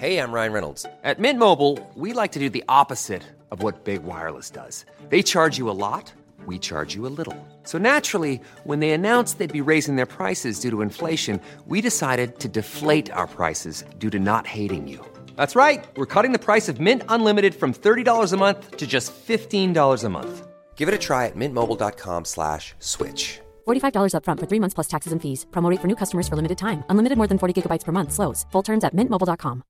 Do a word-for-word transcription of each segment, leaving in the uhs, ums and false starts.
Hey, I'm Ryan Reynolds. At Mint Mobile, we like to do the opposite of what Big Wireless does. They charge you a lot, we charge you a little. So naturally, when they announced they'd be raising their prices due to inflation, we decided to deflate our prices due to not hating you. That's right. We're cutting the price of Mint Unlimited from thirty dollars a month to just fifteen dollars a month. Give it a try at mintmobile.com slash switch. forty-five dollars up front for three months plus taxes and fees. Promo rate for new customers for limited time. Unlimited more than forty gigabytes per month. Slows full terms at mint mobile dot com.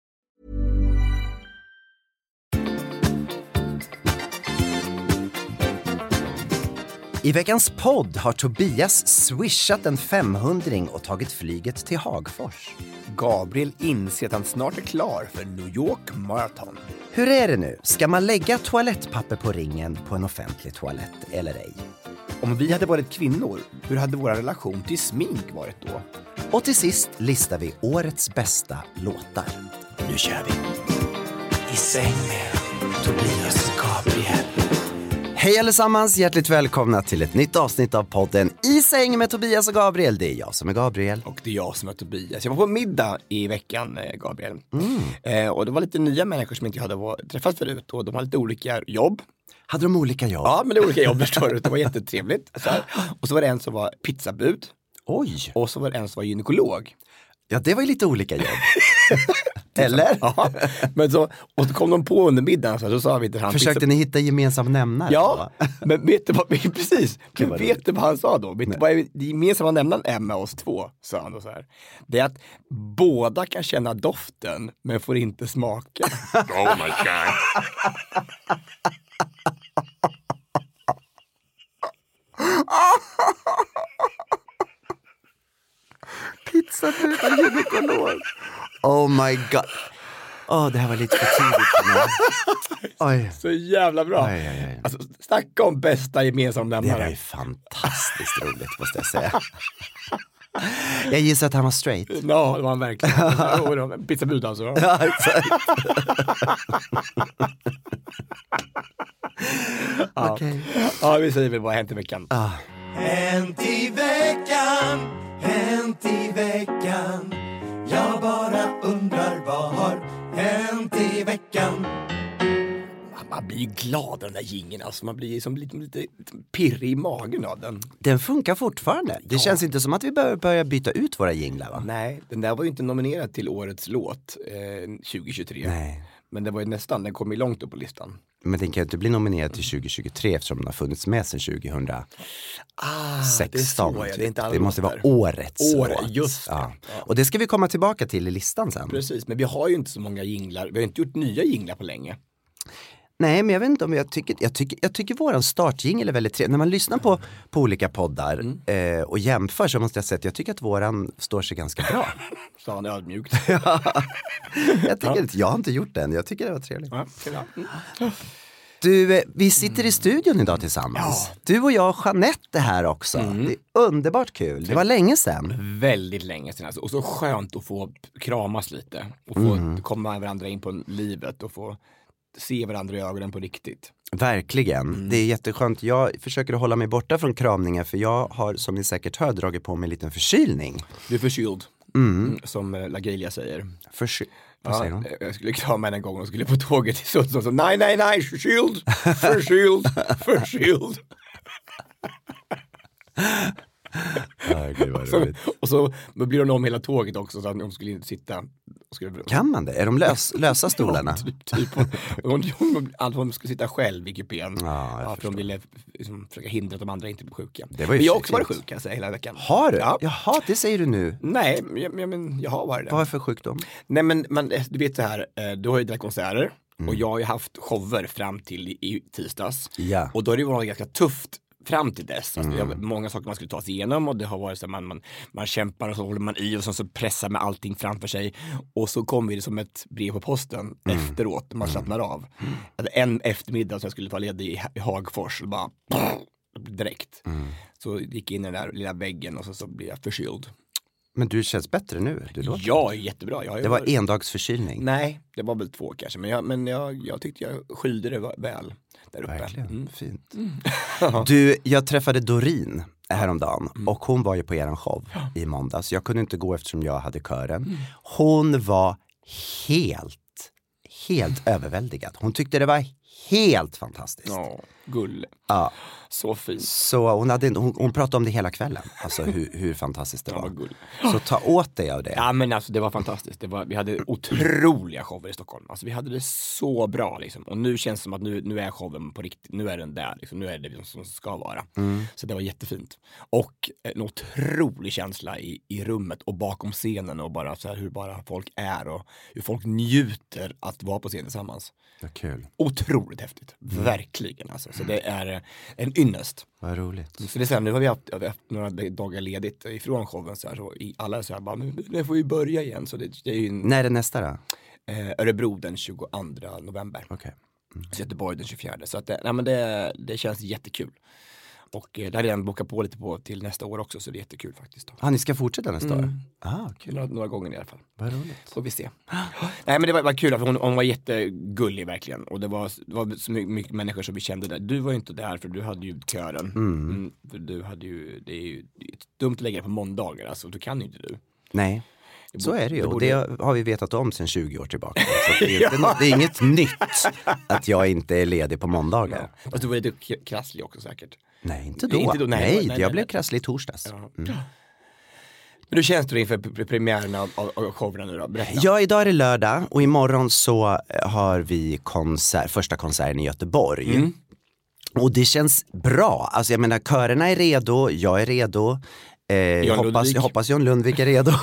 I veckans podd har Tobias swishat en femhundring och tagit flyget till Hagfors. Gabriel inser att han snart är klar för New York Marathon. Hur är det nu? Ska man lägga toalettpapper på ringen på en offentlig toalett eller ej? Om vi hade varit kvinnor, hur hade vår relation till smink varit då? Och till sist listar vi årets bästa låtar. Nu kör vi! I säng med Tobias och Gabriel. Hej allesammans, hjärtligt välkomna till ett nytt avsnitt av podden I säng med Tobias och Gabriel. Det är jag som är Gabriel. Och det är jag som är Tobias. Jag var på middag i veckan, Gabriel. Mm. Eh, och det var lite nya människor som inte jag hade träffat förut. Och de har lite olika jobb. Hade de olika jobb? Ja, men det är olika jobb förstår du. Det var jättetrevligt. Så här. Och så var det en som var pizzabud. Oj! Och så var det en som var gynekolog. Ja, det var ju lite olika jobb. Eller? Ja, men så, och så kom de på under middagen så, så sa vi till han. Försökte pizza... ni hitta gemensamma nämnare? Ja, men vet du vad, precis, men vet roligt. du vad han sa då? Vet du vad det gemensamma nämnaren är med oss två, sa han då så här. Det är att båda kan känna doften, men får inte smaka. Oh my god. Pizzabud och gynekolog. Oh my god. Åh, oh, det här var lite för tidigt för mig. Oj. Så jävla bra. Oj, oj, oj. Alltså, snacka om bästa gemensamma nämnare. Det var ju fantastiskt roligt, måste jag säga. Jag gissar att han var straight. Ja, det var han verkligen. Pizzabud alltså. Ja, exakt. Ja. Okej. Ja, vi säger väl vad hänt i veckan. Ah. Hänt i veckan, hänt i veckan. Jag bara undrar vad har hänt i veckan. Man blir ju glad av den där jingeln. Alltså man blir som lite, lite pirrig i magen av den. Den funkar fortfarande. Det Ja. känns inte som att vi behöver börja byta ut våra jinglar, va? Nej, den där var ju inte nominerad till årets låt eh, tjugohundratjugotre. Nej. Men det var ju nästan, den kom ju långt upp på listan. Men den kan ju inte bli nominerad till tjugohundratjugotre eftersom den har funnits med sedan tjugohundrasexton. Ah, det är så, ja. Det är inte alla det måste låtar. vara årets År, låt. just det. Ja. Ja. Och det ska vi komma tillbaka till i listan sen. Precis, men vi har ju inte så många jinglar. Vi har inte gjort nya jinglar på länge. Nej, men jag vet inte om jag tycker, jag tycker, jag tycker våran startjingel är väldigt trevlig. När man lyssnar på, på olika poddar Mm. eh, och jämför så måste jag säga att jag tycker att våran står sig ganska bra. Sa han ödmjukt. jag, tycker inte, jag har inte gjort den, jag tycker det var trevligt. Ja, mm. Du, eh, vi sitter i studion idag tillsammans. Ja. Du och jag och Jeanette är här också. Mm. Det är underbart kul. Det var länge sedan. Väldigt länge sedan alltså. Och så skönt att få kramas lite. Och få Mm. komma varandra in på livet och få se varandra i ögonen på riktigt. Verkligen. Mm. Det är jätteskönt. Jag försöker hålla mig borta från kramningar för jag har, som ni säkert hör, dragit på mig en liten förkylning. Du är förkyld. Mm. Mm, som eh, LaGrelia säger. Försky... Vad säger hon? Jag skulle krama henne en gång och skulle på tåget till Sundsvall. Så nej, nej, nej, förkyld, förkyld, förkyld. Ja, gud vad Så, roligt. och så blir hon om hela tåget också så att hon skulle inte sitta. Och skulle, Kan man det? Är de lös, lösa stolarna? Ja, typ, typ. Hon, hon, hon, hon, hon skulle sitta själv i kupén. Ja, jag ja, för förstår. hon ville liksom, försöka hindra att de andra inte blir sjuka. Det var ju men jag har också varit fint. sjuk kan jag säga hela veckan. Har du? Ja. Jaha, det säger du nu. Nej, jag, jag, men jag har varit det. Vad är för sjukdom? Nej men man, du vet så här, eh, du har ju dina konserter Mm. och jag har ju haft shower fram till i, i tisdags. Ja. Och då har det varit ganska tufft fram till dess. Alltså, Mm. det har många saker man skulle ta sig igenom och det har varit så att man, man, man kämpar och så håller man i och så, så pressar man allting framför sig. Och så kommer det som ett brev på posten Mm. efteråt, man slappnar av. Jag hade en eftermiddag som jag skulle ta ledig i, i Hagfors och bara direkt. Mm. Så gick jag in i den där lilla väggen och så, så blev jag förkyld. Men du känns bättre nu? Du låter. Ja, jättebra. Jag har ju Det var varit- endagsförkylning. Nej, det var väl två kanske. Men jag, men jag, jag tyckte jag skylde det väl där uppe. Verkligen, Mm. fint. Du, jag träffade Doreen häromdagen Mm. och hon var ju på eran show i måndags. Jag kunde inte gå eftersom jag hade kören. Hon var helt helt överväldigad. Hon tyckte det var helt fantastiskt. Ja, gull. Ja. Så fint. Så hon, hade, hon, hon pratade om det hela kvällen. Alltså hur, hur fantastiskt det Ja, var. vad gull. Så ta åt dig av det. Ja men alltså det var fantastiskt. Det var, vi hade otroliga shower i Stockholm. Alltså vi hade det så bra liksom. Och nu känns det som att nu, nu är showen på riktigt. Nu är den där liksom. Nu är det liksom som det ska vara. Mm. Så det var jättefint. Och en otrolig känsla i, i rummet och bakom scenen. Och bara så här hur bara folk är. Och hur folk njuter att vara på scen tillsammans. Ja, kul. Otroligt häftigt. Mm. Verkligen alltså. Så det är en ynnest. Vad roligt. Så det är så här, nu har vi haft, vi har haft några dagar ledigt ifrån showen så här, så i alla så här bara, nu, nu får vi börja igen. Så det, det är ju en, När är det nästa då? eh, Örebro den tjugoandra november. Okej. Mm. Så Göteborg den tjugofjärde. Så att det, nej, men det, det känns jättekul. Och eh, där har jag redan bokat på lite på till nästa år också, så det är jättekul faktiskt. Ja, ni ska fortsätta nästa Mm. år? Ah, kul. Några, några gånger i alla fall. Vad roligt. Får vi se. Nej men det var, var kul, för hon, hon var jättegullig verkligen. Och det var, det var så mycket, mycket människor som vi kände där. Du var ju inte där för du hade ju kören. Mm. Mm, för du hade ju, det är ju det är dumt att lägga det på måndagar, alltså du kan ju inte du. Nej. Så är det ju, det och borde- det har vi vetat om sedan tjugo år tillbaka. Så det, är inte, nå- det är inget nytt att jag inte är ledig på måndagar. Ja. Fast du var lite k- krasslig också säkert. Nej, inte då. Inte då, nej, nej, nej, nej, jag blev nej. krasslig i torsdags. Ja. Mm. Men hur känns det inför pre- premiären av, av, av showerna nu då? Berätta. Ja, idag är det lördag och imorgon så har vi konsert, första konserten i Göteborg. Mm. Och det känns bra. Alltså jag menar, körerna är redo, jag är redo. Eh, jag, hoppas, Lundvik. jag hoppas John Lundvik är redo.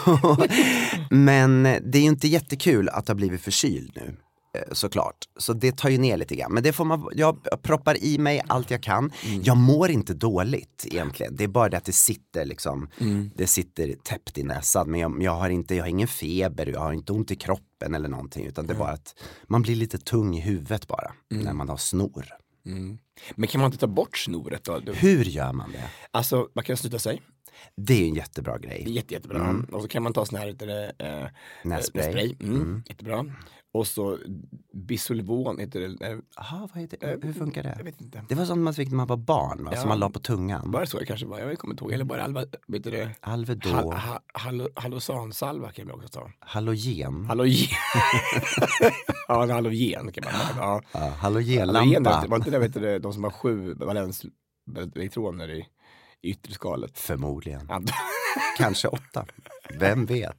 Men det är ju inte jättekul att ha blivit förkyld nu. eh, Såklart. Så det tar ju ner lite grann. Men det får man, jag proppar i mig allt jag kan. Mm. Jag mår inte dåligt egentligen. Det är bara det att det sitter liksom Mm. Det sitter täppt i näsan. Men jag, jag har inte, jag har ingen feber. Jag har inte ont i kroppen eller någonting. Utan det är bara att man blir lite tung i huvudet bara. När man har snor. Mm. Men kan man inte ta bort snoret då? Du, Hur gör man det? alltså man kan sluta sig. Det är ju en jättebra Det är grej. jätte, jättebra. Mm. Och så kan man ta sån här heter det, eh, Nässpray. nässpray. Mm. Jättebra. Och så Bisolvon heter det. Eh, Jaha, vad heter det? Hur funkar Jag det? vet inte. Det var sånt man fick när man var barn, va? Ja. Som man la på tungan. Bara så det kanske var, jag kommer inte ihåg. Eller bara alva, vet du det? Alvedon. Ha, ha, hallo, hallosansalva kan man också ta. Halogen. Halogen. Ja, en halogen kan man ta. Ja. Ja, Halogen, halogenlampa. var inte det, vet du, de som har sju valenselektroner i, i yttre skalet? Förmodligen. Ja. Kanske åtta. Vem vet?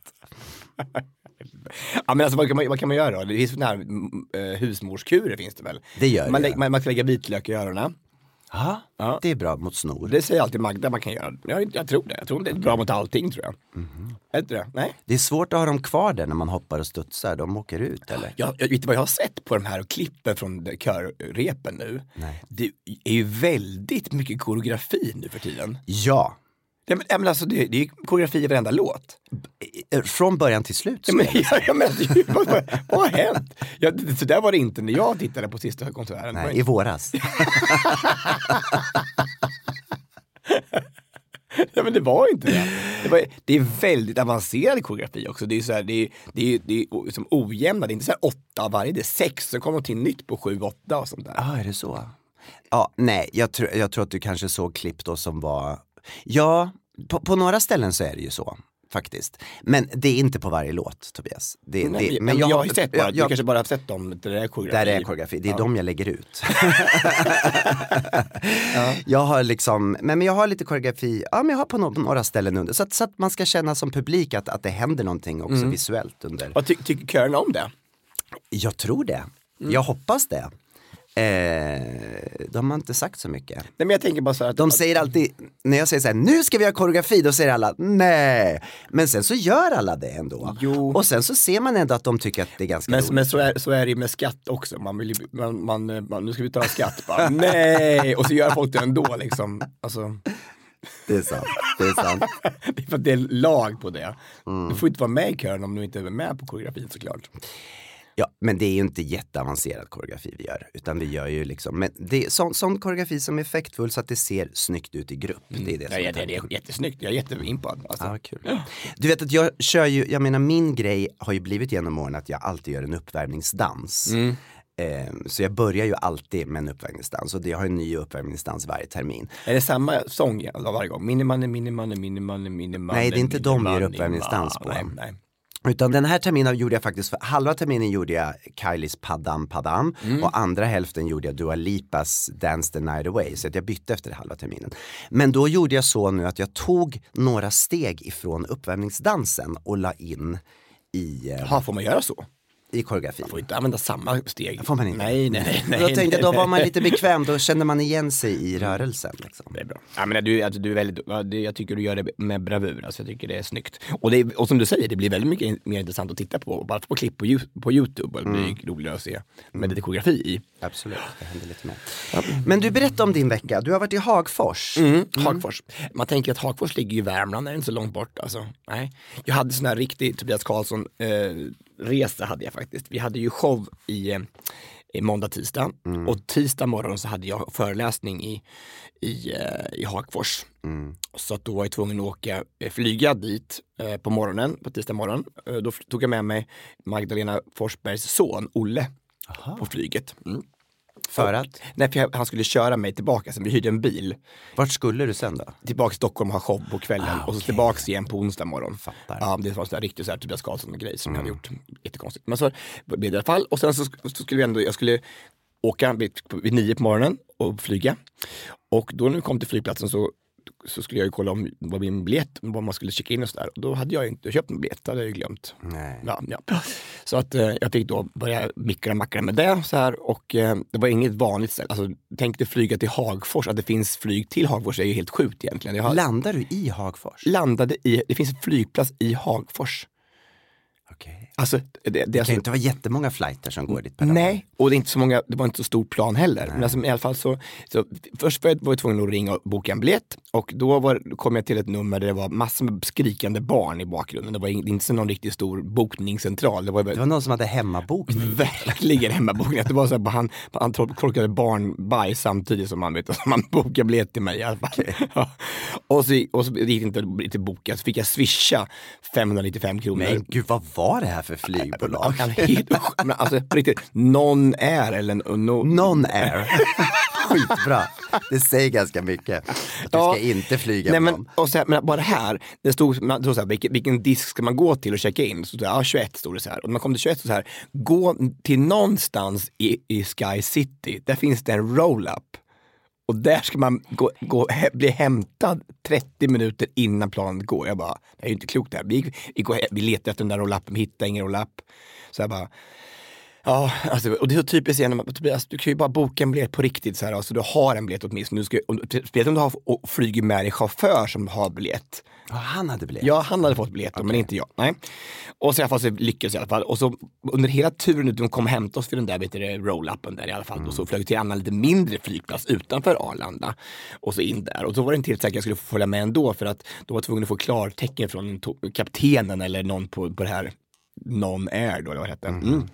Ja, men alltså vad kan man, vad kan man göra då? Det finns sådana här uh, husmorskurer finns det väl? Det gör man, det. lä- man, man ska lägga vitlök i öronen. Ja, Ja. det är bra mot snor. Det säger alltid Magda man kan göra. Jag, jag tror det. Jag tror det är bra mot allting tror jag. Mhm. Är inte det? Nej? Det är svårt att ha dem kvar där när man hoppar och studsar. De åker ut, eller? Jag, jag vet inte vad jag har sett på de här klippen från de- körrepen nu. Nej. Det är ju väldigt mycket koreografi nu för tiden. Ja. Ja, men, ja, men alltså, det, det är ju koreografi i varenda låt. Eh, Från början till slut. Ja, men, ja, ja, men, vad, vad, vad har hänt? Ja, det, så där var det inte när jag tittade på sista konserten. Nej, i våras. Ja, men det var inte det. Det, var, det är väldigt avancerad koreografi också. Det är så här, det är, det är, det är som ojämna. Det är inte så här åtta varje, det är sex. Så kommer det till nytt på sju, åtta och sånt där. Ja, ah, är det så? Ja, nej, jag, tror jag tror att du kanske såg klipp då som var... Ja, på, på några ställen så är det ju så, faktiskt. Men det är inte på varje låt, Tobias. Det, Nej, det, men jag, jag har ju sett bara, jag, du jag, kanske bara har sett dem, det där är koreografi. Där är koreografi, det är Ja. de jag lägger ut. Jag har liksom, men, men jag har lite koreografi, ja men jag har på, no, på några ställen under. Så att, så att man ska känna som publik att, att det händer någonting också visuellt under. Vad ty, tycker kören om det? Jag tror det, jag hoppas det. Eh, de har inte sagt så mycket. Nej, men jag tänker bara så här att De säger alltid, när jag säger så här, nu ska vi ha koreografi, då säger alla, nej. Men sen så gör alla det ändå. Jo. Och sen så ser man ändå att de tycker att det är ganska Men, roligt. men så, är, så är det ju med skatt också. Man vill ju, man, man, man, nu ska vi ta skatt. Bara, nej! Och så gör folk det ändå liksom. Alltså, Det är sant, det är sant. det är för att det är lag på det. Du får inte vara med i kören om du inte är med på koreografin såklart. Ja, men det är ju inte jätteavancerad koreografi vi gör. Utan vi gör ju liksom, men det är sån, sån koreografi som är effektfull så att det ser snyggt ut i grupp. Det är det Ja, som ja, är det, det är tanken. jättesnyggt. Jag är jätteimpad. Alltså. Ja, kul. Du vet att jag kör ju, jag menar min grej har ju blivit genom åren att jag alltid gör en uppvärmningsdans. Mm. Eh, så jag börjar ju alltid med en uppvärmningsdans och jag har en ny uppvärmningsdans varje termin. Är det samma sång varje gång? Minimanne, minimanne, minimanne, minimanne. Nej, det är inte de vi gör minimanne, uppvärmningsdans på. Nej, nej. Utan den här terminen gjorde jag faktiskt, för halva terminen gjorde jag Kylies Padam Padam mm. och andra hälften gjorde jag Dua Lipas Dance the Night Away, så att jag bytte efter halva terminen. Men då gjorde jag så nu att jag tog några steg ifrån uppvärmningsdansen och la in i... Eh, ha, får man göra så? I koreografi. Man får inte använda samma steg. Får man inte? Nej, nej, nej. Då tänkte jag, då var man lite bekväm, då kände man igen sig i rörelsen. Liksom. Det är bra. Ja, men du, alltså, du är väldigt, jag tycker du gör det med bravur, alltså, jag tycker det är snyggt. Och, det är, och som du säger, det blir väldigt mycket mer intressant att titta på, bara på klipp på, på YouTube, och det blir mm. roligare att se med lite koreografi i. Absolut, det händer lite mer. Ja. Men du, berättar om din vecka, du har varit i Hagfors. Mm, mm. Hagfors. Man tänker att Hagfors ligger i Värmland, är inte så långt bort. Alltså. Nej. Jag hade sån här riktig Tobias Karlsson eh, resa hade jag faktiskt. Vi hade ju show i, i måndag, tisdag. Mm. Och tisdag morgon så hade jag föreläsning i, i, i Hagfors. Mm. Så att då var jag tvungen att åka, flyga dit eh, på morgonen, på tisdag morgon. Eh, då tog jag med mig Magdalena Forsbergs son, Olle, Aha. på flyget. Mm. För att? Nej, för jag, han skulle köra mig tillbaka, så vi hyrde en bil. Vart skulle du sen då? Tillbaka till Stockholm och ha show på kvällen. Ah, okay. Och så tillbaka igen på onsdag morgon. Fattar. Ja, det var så där riktigt så här Tobias Karlsson-grej som mm. jag hade gjort. Jättekonstigt. Men så blev det i alla fall. Och sen så, så skulle vi ändå, jag skulle åka vid, vid nio på morgonen och flyga. Och då när vi kom till flygplatsen så så skulle jag ju kolla om vad min biljett, vad man skulle checka in och så där. Och då hade jag inte köpt en biljett, det hade jag ju glömt. Nej. Ja, ja. Så att eh, jag fick då börja mikra mackra med det så här, och eh, det var inget vanligt ställe. Alltså, tänk dig flyga till Hagfors, att det finns flyg till Hagfors är ju helt sjukt egentligen. Jag har... Landar du i Hagfors? Landade i, det finns en flygplats i Hagfors. Okay. Alltså, det, det, det kan alltså, inte vara jättemånga flighter som går dit per dag. Nej, och det är inte så många, det var inte så stort plan heller. Nej. Men alltså, i alla fall så, så först var jag, var jag tvungen att ringa och boka en biljett, och då, var, då kom jag till ett nummer där det var massor med skrikande barn i bakgrunden. Det var inte så någon riktigt stor bokningscentral. Det var, det var någon som hade hemmabokning. Verkligen hemmabokning. Det var så här, han, han torkade barnbajs samtidigt som man vet, som man bokade biljett till mig i alla fall. Okay. Ja. Och så, och så gick det inte till boka, så fick jag swisha femhundranittiofem kronor. Men gud, vad var det här för flygbolag? Men alltså, på riktigt, Non Air eller no... Non Air. Skitbra. Det säger ganska mycket. Att du ja, ska inte flyga nej, med men, och så här, men bara här, det stod, det stod så här, vilken, vilken disk ska man gå till och checka in? Så ja, tjugoett stod det så här. Och när man kom till tjugoett så här, gå till någonstans i, i Sky City. Där finns det en roll-up. Och där ska man gå, gå, he, bli hämtad trettio minuter innan planet går. Jag bara, det är ju inte klokt det här. Vi, vi, går, vi letar efter den där roll-upen, hittar ingen roll-up. Så jag bara, ja, alltså, och det är så typiskt igen, alltså, du kan ju bara boka en biljett på riktigt så här, alltså, du har en biljett åtminstone. Du ska, speciellt om du har och flyger med dig chaufför som har biljett. Ja, han hade biljett. Ja, han hade fått biljett, okay. Men inte jag. Nej. Och så i alla fall så lyckades jag i alla fall. Och så under hela turen de kom hämta oss för den där, vet du, roll-upen där i alla fall. Mm. Och så flög vi till en annan lite mindre flygplats utanför Arlanda. Och så in där. Och så var det inte helt säkert att jag skulle få följa med ändå, för att de var tvungna att få klartecken från kaptenen eller någon på, på det här Non Air då, eller vad det hette. Mm. Mm.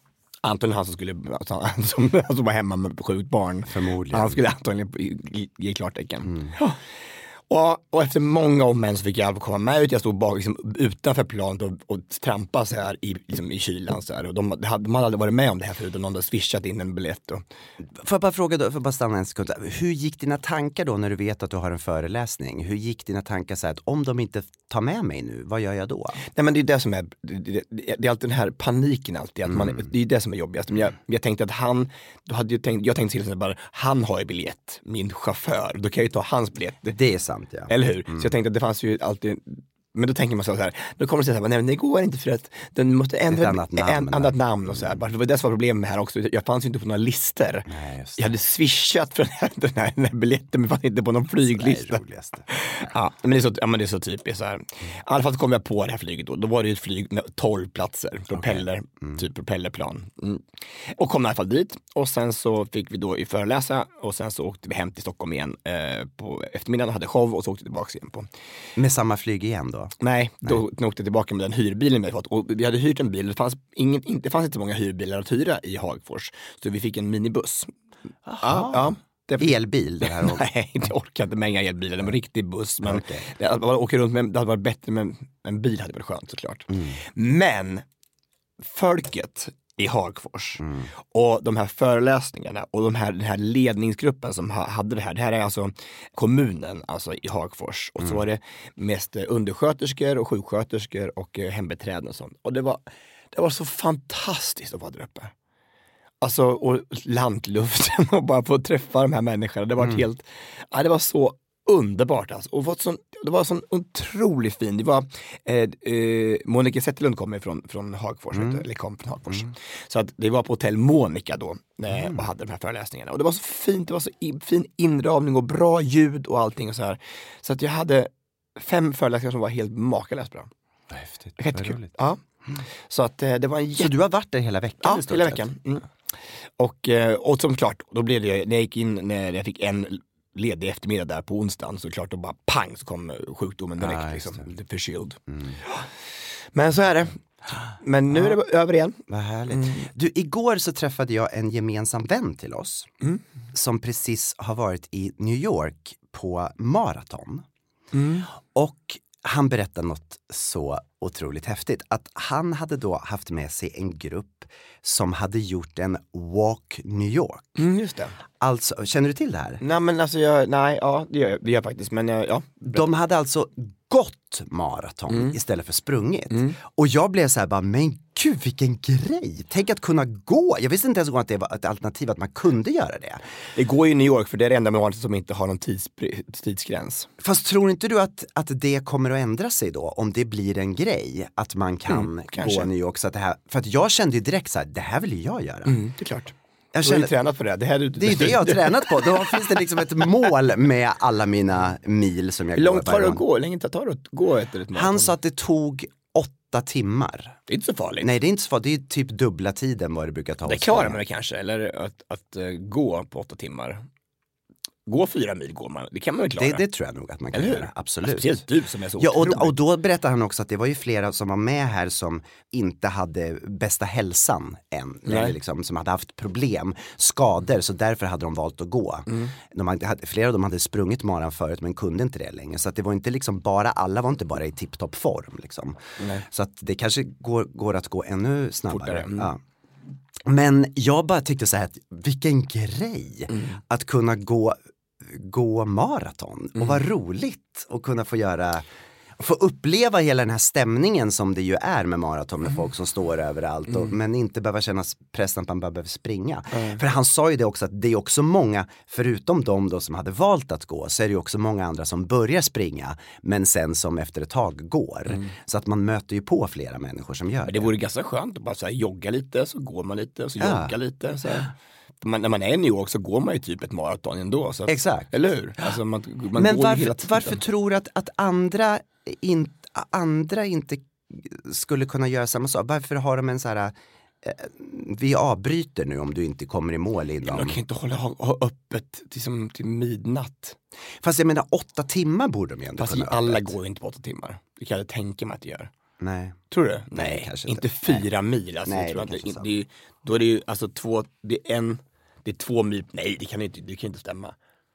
Anton han som skulle alltså, som, som var hemma med sjukt barn. Förmodligen. Han skulle antagligen ge klartecken. Mm. Ja. Och, och efter många om män så fick jag komma med ut. Jag stod bak, liksom, utanför planet och, och trampa så här i, liksom, i kylan. Så här. Och de, hade, man hade varit med om det här förut och någon hade swishat in en biljett. Och... Får jag bara fråga då, får jag bara stanna en sekund. Hur gick dina tankar då när du vet att du har en föreläsning? Hur gick dina tankar så här att om de inte tar med mig nu, vad gör jag då? Nej, men det är det som är, det, det, det är alltid den här paniken alltid. Att man, mm. Det är det som är jobbigast. Men jag, jag tänkte att han, då hade jag tänkt, jag tänkte till bara, han har ju biljett, min chaufför. Då kan jag ju ta hans biljett. Det är sant, ja. Eller hur? Mm. Så jag tänkte att det fanns ju alltid, men då tänker man så här, då kommer det säga så här, nej men det går inte för att den måste ändra ett annat namn, en, annat namn och så här. Det var det som var problemet med här också. Jag fanns ju inte på några listor. Nej, jag hade swishat för den här, den här, den här biljetten, men fanns inte på någon flyglista. Ja, men det är så, ja, men det är så typiskt så här. I alla fall kom jag på det här flyget då. Då var det ju ett flyg med tolv platser, propeller, okay. mm. typ propellerplan. Mm. Och kom i alla fall dit. Och sen så fick vi då i föreläsa och sen så åkte vi hem till Stockholm igen eh, på eftermiddagen och hade show och så åkte vi tillbaka igen på. Med samma flyg igen då? Nej, då Nej. åkte jag tillbaka med den hyrbilen vi hade fått. Och vi hade hyrt en bil, det fanns, ingen, inte, det fanns inte många hyrbilar att hyra i Hagfors. Så vi fick en minibuss. Aha. Ja, ja. Det... Elbil det här? Nej, jag orkade inte med inga elbilar, det var en riktig buss. Men okay. det, att åka runt med, det hade varit bättre med en bil, hade varit skönt såklart. Mm. Men folket i Hagfors. Mm. Och de här föreläsningarna och de här, den här ledningsgruppen som ha, hade det här, det här är alltså kommunen alltså i Hagfors. Och mm. så var det mest undersköterskor och sjuksköterskor och eh, hembiträden och sånt. Och det var, det var så fantastiskt att vara där uppe. Alltså, och lantluften och bara få träffa de här människorna. Det var mm. helt, ja, det var så underbart alltså. Och fått sån, det var sån otroligt fin. Det var eh, eh, Monica Zetterlund kom ifrån från Hagfors, mm. eller kom från Hagfors. Mm. Så att det var på Hotell Monica då eh, mm. och hade de här föreläsningarna. Och det var så fint, det var så in, fin inramning och bra ljud och allting och så här. Så att jag hade fem föreläsningar som var helt makalöst bra. Häftigt. Jättekul. Ja. Mm. Så att eh, det var en jätte... Så du har varit där hela veckan? Ja, hela veckan. Mm. Och, och som klart, då blev det, när jag gick in, när jag fick en ledig eftermiddag där på onsdagen, så klart då bara pang så kom sjukdomen direkt, ah, liksom, lite förkyld. Mm. Men så är det. Men nu ah. är det över igen. Vad härligt. Mm. Du, igår så träffade jag en gemensam vän till oss mm. som precis har varit i New York på maraton. Mm. Och han berättade något så otroligt häftigt. Att han hade då haft med sig en grupp som hade gjort en Walk New York. Mm, just det. Alltså, känner du till det här? Nej, men alltså jag, nej, ja, det gör, det gör jag faktiskt. Men jag, ja. De hade alltså gått maraton mm. istället för sprungit. Mm. Och jag blev så här bara, men gud vilken grej. Tänk att kunna gå. Jag visste inte ens att det var ett alternativ att man kunde göra det. Det går ju i New York för det är det enda maraton som inte har någon tids, tidsgräns. Fast tror inte du att, att det kommer att ändra sig då? Om det blir en grej att man kan mm, gå i New York. Så att det här, för att jag kände ju direkt så här, det här vill jag göra. Mm, det är klart. Jag känner, du har ju tränat på det. Det, här, du, det är det jag har tränat på. Då finns det liksom ett mål med alla mina mil som jag går. Hur långt tar det att gå? Hur länge tar det att gå efter ett maraton? Han sa att det tog åtta timmar. Det är inte så farligt. Nej, det är inte så farligt. Det är typ dubbla tiden vad det brukar ta. Det klarar man det kanske. Eller att, att uh, gå på åtta timmar. Gå fyra mil går man. Det kan man väl klara. Det, det tror jag nog att man kan göra. Absolut. Speciellt du som är så ja, och, och då berättade han också att det var ju flera som var med här som inte hade bästa hälsan än. Eller liksom, som hade haft problem, skador. Så därför hade de valt att gå. Mm. De hade, flera av dem hade sprungit maran förut men kunde inte det längre. Så att det var inte liksom bara, alla var inte bara i tipptopp form. Liksom. Så att det kanske går, går att gå ännu snabbare. Mm. Ja. Men jag bara tyckte så här att vilken grej mm. att kunna gå gå maraton och mm. vad roligt att kunna få göra få uppleva hela den här stämningen som det ju är med maraton med mm. folk som står överallt och, mm. men inte behöva känna pressen att man bara behöver springa. Mm. För han sa ju det också att det är också många, förutom de då som hade valt att gå, så är det ju också många andra som börjar springa men sen som efter ett tag går. Mm. Så att man möter ju på flera människor som gör men det. Det vore ganska skönt att bara så här, jogga lite, så går man lite och så ja. jogga lite så här. Man, när man är i New York så går man ju typ ett maraton ändå. Så att, exakt. Eller hur? Alltså man, man men går varför, hela tiden. varför tror du att, att andra, in, andra inte skulle kunna göra samma sak? Varför har de en så här... Eh, vi avbryter nu om du inte kommer i mål innan. De kan inte hålla ha, ha öppet till, till midnatt. Fast jag menar, åtta timmar borde de ju ändå fast kunna alla öppet. Går inte på åtta timmar. Det kan jag tänka mig att det gör. Nej. Tror du? Nej, Nej kanske inte. Inte fyra Nej. mil. Alltså, Nej, tror det, det, det, då är det ju alltså två, det är en... Det är två mil. Nej, det kan inte, det kan inte stämma.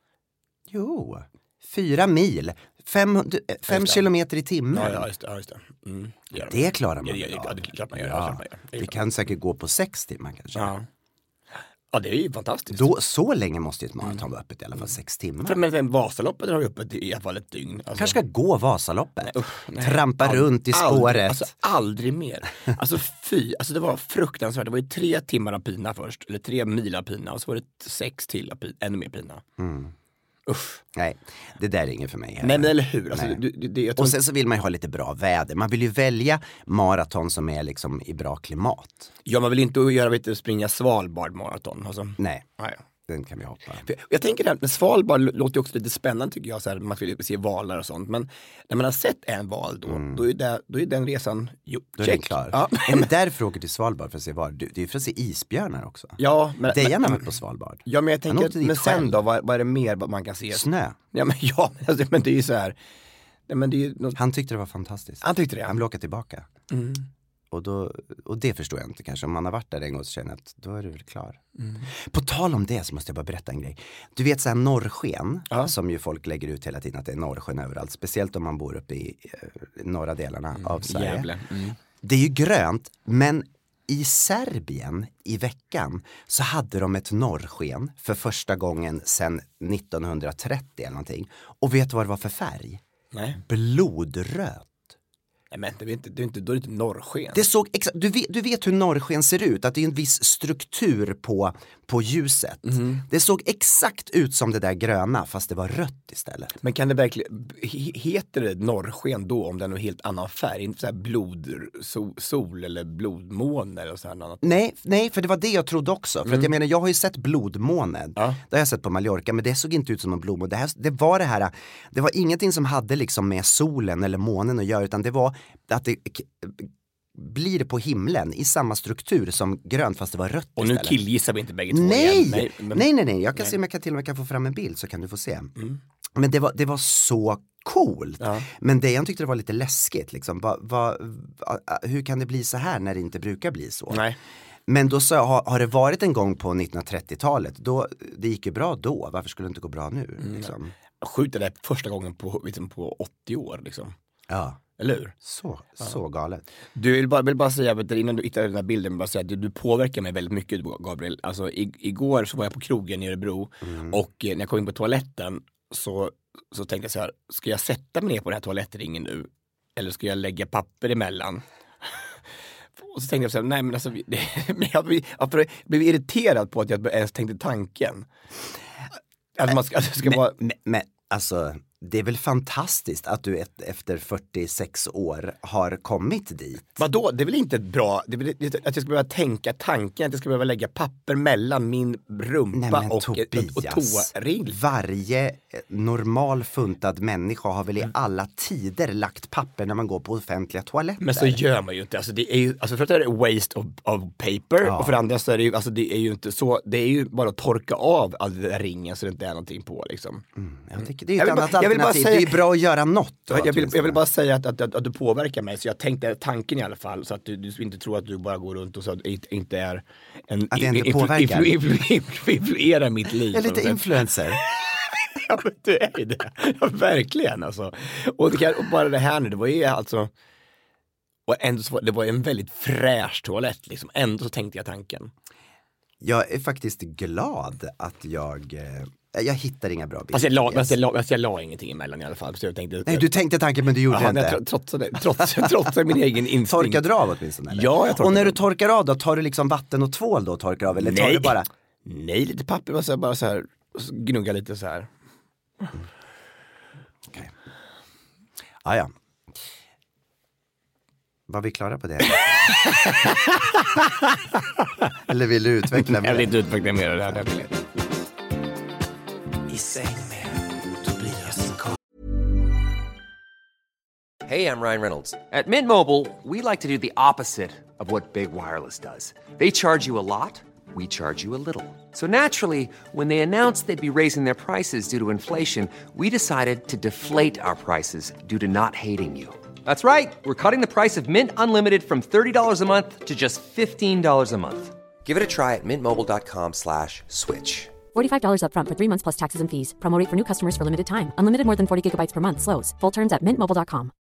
Jo, fyra mil. Fem, fem kilometer i timmen. Ja, ja, just det. Ja, just det. Mm, det, det klarar man. Ja, ja, ja, det klart man gör. Ja. Man gör. Vi kan säkert gå på sex timmar kanske. Ja. Ja, det är ju fantastiskt. Då, så länge måste ju ett maraton vara öppet i alla fall, sex timmar. För men Vasaloppet har ju öppet i alla fall ett dygn. Alltså. Kanske ska gå Vasaloppet. Nej, usch, nej. Trampa All, runt i spåret. Aldrig, alltså aldrig mer. Alltså fy, alltså det var fruktansvärt. Det var ju tre timmar av pina först, eller tre mil av pina, och så var det sex till av pina, ännu mer pina. Mm. Usch. Nej, det där är inget för mig heller. Nej, men eller hur? Alltså, du, du, det, och sen så vill man ju ha lite bra väder. Man vill ju välja maraton som är liksom i bra klimat. Ja, man vill inte göra, vet du, springa Svalbard maraton. Alltså. Nej. Ah, ja. Den kan vi hoppa. För jag tänker det här med Svalbard låter ju också lite spännande tycker jag, så här, man vill se valar och sånt. Men när man har sett en val då, mm. då, är, det, då är den resan jo, då är den klar. Ja. Ja, men därför åker till Svalbard för att se val. Det är ju för att se isbjörnar också. Ja, men Dejan har varit på Svalbard. Ja, men jag tänker, men sen då, vad, vad är det mer man kan se? Snö. Ja, men, ja, alltså, men det är ju så här. Nej, men det är ju något... Han tyckte det var fantastiskt. Han tyckte det. Han vill åka tillbaka. Mm. Och, då, och det förstår jag inte kanske. Om man har varit där en gång så känner jag att då är du väl klar. Mm. På tal om det så måste jag bara berätta en grej. Du vet så här norrsken, ja. Som ju folk lägger ut hela tiden att det är norrsken överallt. Speciellt om man bor uppe i eh, norra delarna mm. av Sverige. Mm. Det är ju grönt, men i Serbien i veckan så hade de ett norrsken för första gången sedan nittonhundratrettio eller någonting. Och vet du vad det var för färg? Nej. Blodröd. Nej, men det är inte, det är inte, då är det inte norrsken. Det såg exakt, du, vet, du vet hur norrsken ser ut, att det är en viss struktur på, på ljuset. Mm. Det såg exakt ut som det där gröna fast det var rött istället. Men kan det verkligen, heter det norrsken då om den är en helt annan färg? Inte så här blod, sol, sol eller blodmåne eller så här annat? Nej, nej, för det var det jag trodde också. För mm. att jag menar, jag har ju sett blodmånen. Ja. Det har jag sett på Mallorca, men det såg inte ut som en blodmåne. Det, här, det var det här, det var ingenting som hade liksom med solen eller månen att göra, utan det var att det blir på himlen i samma struktur som grönt fast det var rött. Och nu istället. Killgissar vi inte bägge två nej. igen. Nej, men... nej, nej, nej. Jag kan nej. se om jag kan till och med kan få fram en bild så kan du få se. Mm. Men det var, det var så coolt. Ja. Men det jag tyckte det var lite läskigt. Liksom. Va, va, va, hur kan det bli så här när det inte brukar bli så? Nej. Men då så har, har det varit en gång på nittonhundratrettiotalet. Då, det gick ju bra då. Varför skulle det inte gå bra nu? Mm. Liksom? Jag skjuter det första gången på, liksom, på åttio år. Liksom. Ja. Eller hur? Så, ja. så galet. Du vill bara, vill bara säga, innan du hittar den här bilden, bara säga att du, du påverkar mig väldigt mycket, Gabriel. Alltså i, igår så var jag på krogen i Örebro mm. och eh, när jag kom in på toaletten så, så tänkte jag så här, ska jag sätta mig ner på den här toalettringen nu? Eller ska jag lägga papper emellan? Och så tänkte jag så här, nej men alltså, det, men jag, blev, jag blev irriterad på att jag ens tänkte tanken. Att man ska, att det ska men, vara... men, men alltså... Det är väl fantastiskt att du ett, efter fyrtiosex år har kommit dit. Vadå? Det är väl inte bra det är väl, att jag ska behöva tänka tanken, att jag ska behöva lägga papper mellan min rumpa. Nej, men, och, Tobias, och, och toaring. Varje normal funtad människa har väl i alla tider lagt papper när man går på offentliga toaletter. Men så gör man ju inte. Alltså, det är ju, alltså för att det är waste of, of paper ja. Och för andra så är det ju, alltså, det är ju inte så, det är ju bara att torka av all den där ringen så det inte är någonting på liksom. Mm, jag tycker det är ju ett annat bara, alternativ. Säga, det är ju bra att göra något. Då, jag, vill, jag vill bara säga att, att, att, att du påverkar mig, så jag tänkte tanken i alla fall, så att du, du inte tror att du bara går runt och så att det inte är en... Att det inte påverkar. Influ, influ, influ, influerar mitt liv. Jag är lite influencer. Ja, men du är ju det. Ja, verkligen alltså. Och, det kan, och bara det här nu, det var ju alltså... Och ändå så var, det var en väldigt fräsch toalett liksom. Ändå så tänkte jag tanken. Jag är faktiskt glad att jag... Jag hittar inga bra bilder. Alltså jag, la, yes. alltså jag, la, alltså jag la ingenting emellan i alla fall. Så jag tänkte, nej, du tänkte tanken men du gjorde aha, det inte. Jag trotsade, trotsade, trotsade min egen instinkt. Torkade du av åtminstone? Eller? Ja, jag och när av. du torkar av då, tar du liksom vatten och tvål då och torkar av? Eller nej. tar du bara... Nej, lite papper. Bara så här, bara så här gnugga lite så här. Mm. Okej. Okay. Ah, ja. Var vi klara på det? Eller vill du utveckla mer? Jag vill inte utveckla mer det här. I säng med Tobias Karl. Hey, I'm Ryan Reynolds. At Mint Mobile, we like to do the opposite of what Big Wireless does. They charge you a lot, we charge you a little. So naturally, when they announced they'd be raising their prices due to inflation, we decided to deflate our prices due to not hating you. That's right. We're cutting the price of Mint Unlimited from thirty dollars a month to just fifteen dollars a month. Give it a try at mintmobile.com slash switch. forty-five dollars up front for three months plus taxes and fees. Promo rate for new customers for limited time. Unlimited more than forty gigabytes per month. Slows full terms at mint mobile dot com.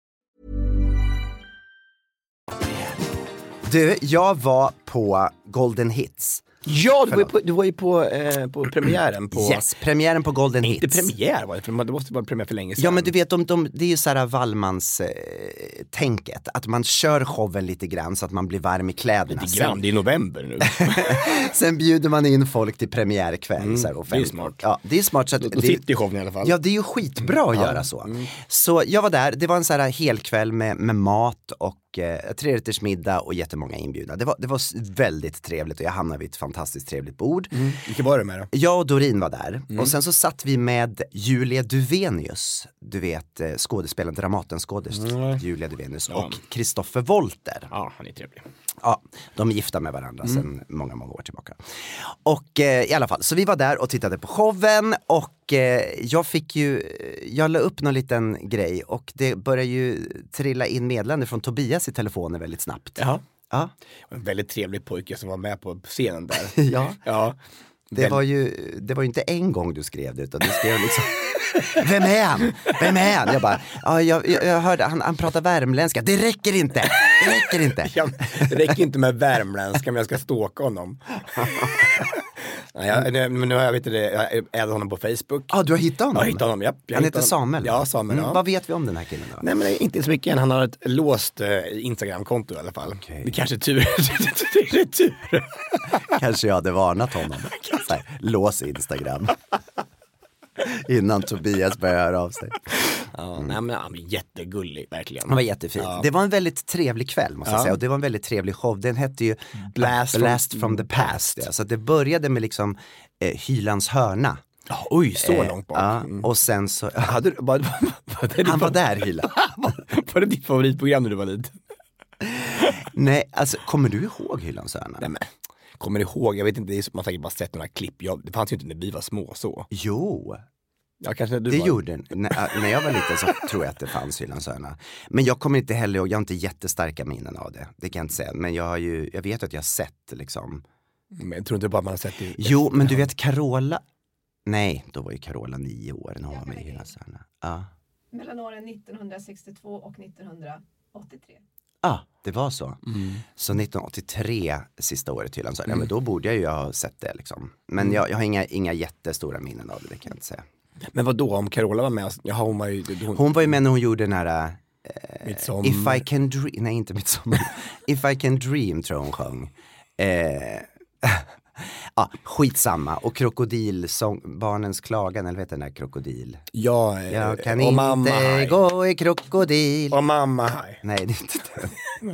Du, jag var på Golden Hits. Ja, du var ju på, du var ju på, eh, på premiären på... Yes, premiären på Golden Hits. Inte premiär var det, för det måste vara premiär för länge sedan. Ja, men du vet, de, de, det är ju så här Wallmans eh, tänket. Att man kör showen lite grann så att man blir varm i kläderna. Lite grann, det är november nu. Sen bjuder man in folk till premiärkväll. Mm, så här, det är smart. Ja, det är smart. Så att då det, sitter i showen i alla fall. Ja, det är ju skitbra att mm. göra så. Mm. Så jag var där, det var en så här helkväll med, med mat och eh, trerättersmiddag och jättemånga inbjudna. Det var, det var väldigt trevligt och jag hamnade vid ett fantastiskt trevligt bord. Mm. Vilka var det med då? Jag och Doreen var där. Mm. Och sen så satt vi med Julia Duvenius. Du vet skådespelaren, Dramatenskådis mm. Julia Duvenius ja. Och Kristoffer Wolter. Ja, han är trevlig. Ja, de är gifta med varandra mm. sedan många, många år tillbaka. Och eh, i alla fall, så vi var där och tittade på showen och eh, jag fick ju, jag la upp någon liten grej och det började ju trilla in meddelande från Tobias i telefonen väldigt snabbt. Ja. Ja. En väldigt trevlig pojke som var med på scenen där. ja. Ja. det var ju det var ju inte en gång du skrev det, utan du skrev liksom vem är han? Vem är han? Jag bara, ja, jag, jag, jag hörde han, han pratar värmländska. Det räcker inte. Det räcker inte. Ja, det räcker inte med värmländska, men jag ska stalka honom. Ja, jag, men nu har jag vet det, jag är honom på Facebook. Ja, ah, du har hittat honom? Jag har hittat honom, ja. Jag han heter honom. Samuel? Ja, Samuel, mm, ja. Vad vet vi om den här killen då? Nej, men inte så mycket än. Han har ett låst eh, Instagram-konto i alla fall. Okay. Det kanske är tur. Det är tur. Kanske jag hade varnat honom. Så här, lås Instagram. Innan Tobias började höra av sig. Ja, nej, men han är jättegullig, verkligen. Han var jättefin. Ja. Det var en väldigt trevlig kväll, måste jag ja. säga. Och det var en väldigt trevlig show. Den hette ju Blast, Blast from, from the Past. Ja. Så det började med liksom eh, Hylands hörna. Oh, oj, så eh, långt bak. Ja, mm. och sen så... Hade du, var, var det han var där, Hyland. Var det ditt favoritprogram när du var liten? Nej, alltså, kommer du ihåg Hylands hörna? Nej, men... Kommer du ihåg, jag vet inte, det är så, man säkert bara sett några klipp. Jag, det fanns ju inte när vi var små så. Jo, ja, kanske du det var... gjorde den. När, när jag var liten så tror jag att det fanns Hylands hörna. Men jag kommer inte heller ihåg, jag har inte jättestarka minnen av det. Det kan jag inte säga. Men jag har ju, jag vet att jag har sett liksom. Men jag tror inte bara man har sett det. Jo, men du vet Carola. Nej, då var ju Carola nio år när hon var med i Hylands hörna. Ja. Mellan åren nittonhundrasextiotvå och nittonhundraåttiotre. Ja, ah, det var så. Mm. Så nittonhundraåttiotre sista året Hylands hörna. Mm. Ja, men då borde jag ju ha sett det liksom. Men jag, jag har inga, inga jättestora minnen av det, det kan jag inte säga. Men vad då om Carola var med? Jaha, hon var ju... Hon, hon var ju med när hon gjorde den här... Eh, Midsommar. If I can dream... Nej, inte Midsommar. If I can dream, tror hon sjöng. Eh, ja, skitsamma. Och krokodilsång, barnens klagan, eller vet du den där krokodil? Ja, eh, jag kan och inte mamma gå i krokodil. Och mamma haj. Nej, det är inte den.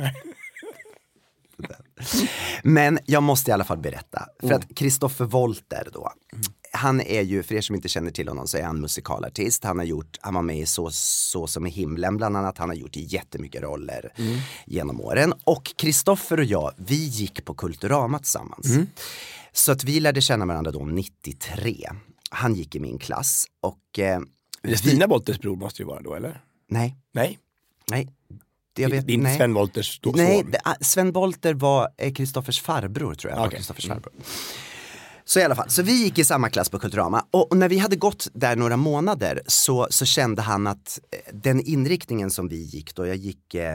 Men jag måste i alla fall berätta. För mm. att Kristoffer Wolter då, mm. han är ju, för er som inte känner till honom, så är han musikalartist. Han har gjort, han var med i Så, så som i himlen bland annat. Han har gjort jättemycket roller mm. genom åren. Och Kristoffer och jag, vi gick på Kulturama tillsammans. Mm. Så att vi lärde känna varandra då nittiotre. Han gick i min klass. Och eh, det Stina Wolters bror måste ju vara då, eller? Nej. Nej. Nej. Det jag vet, det är inte nej. Sven Wolters son. Nej, det, Sven Wolter var Kristoffers farbror, tror jag. Okay. Kristoffers farbror. Så i alla fall, så vi gick i samma klass på Kulturama. Och, och när vi hade gått där några månader så, så kände han att eh, den inriktningen som vi gick då, jag gick eh,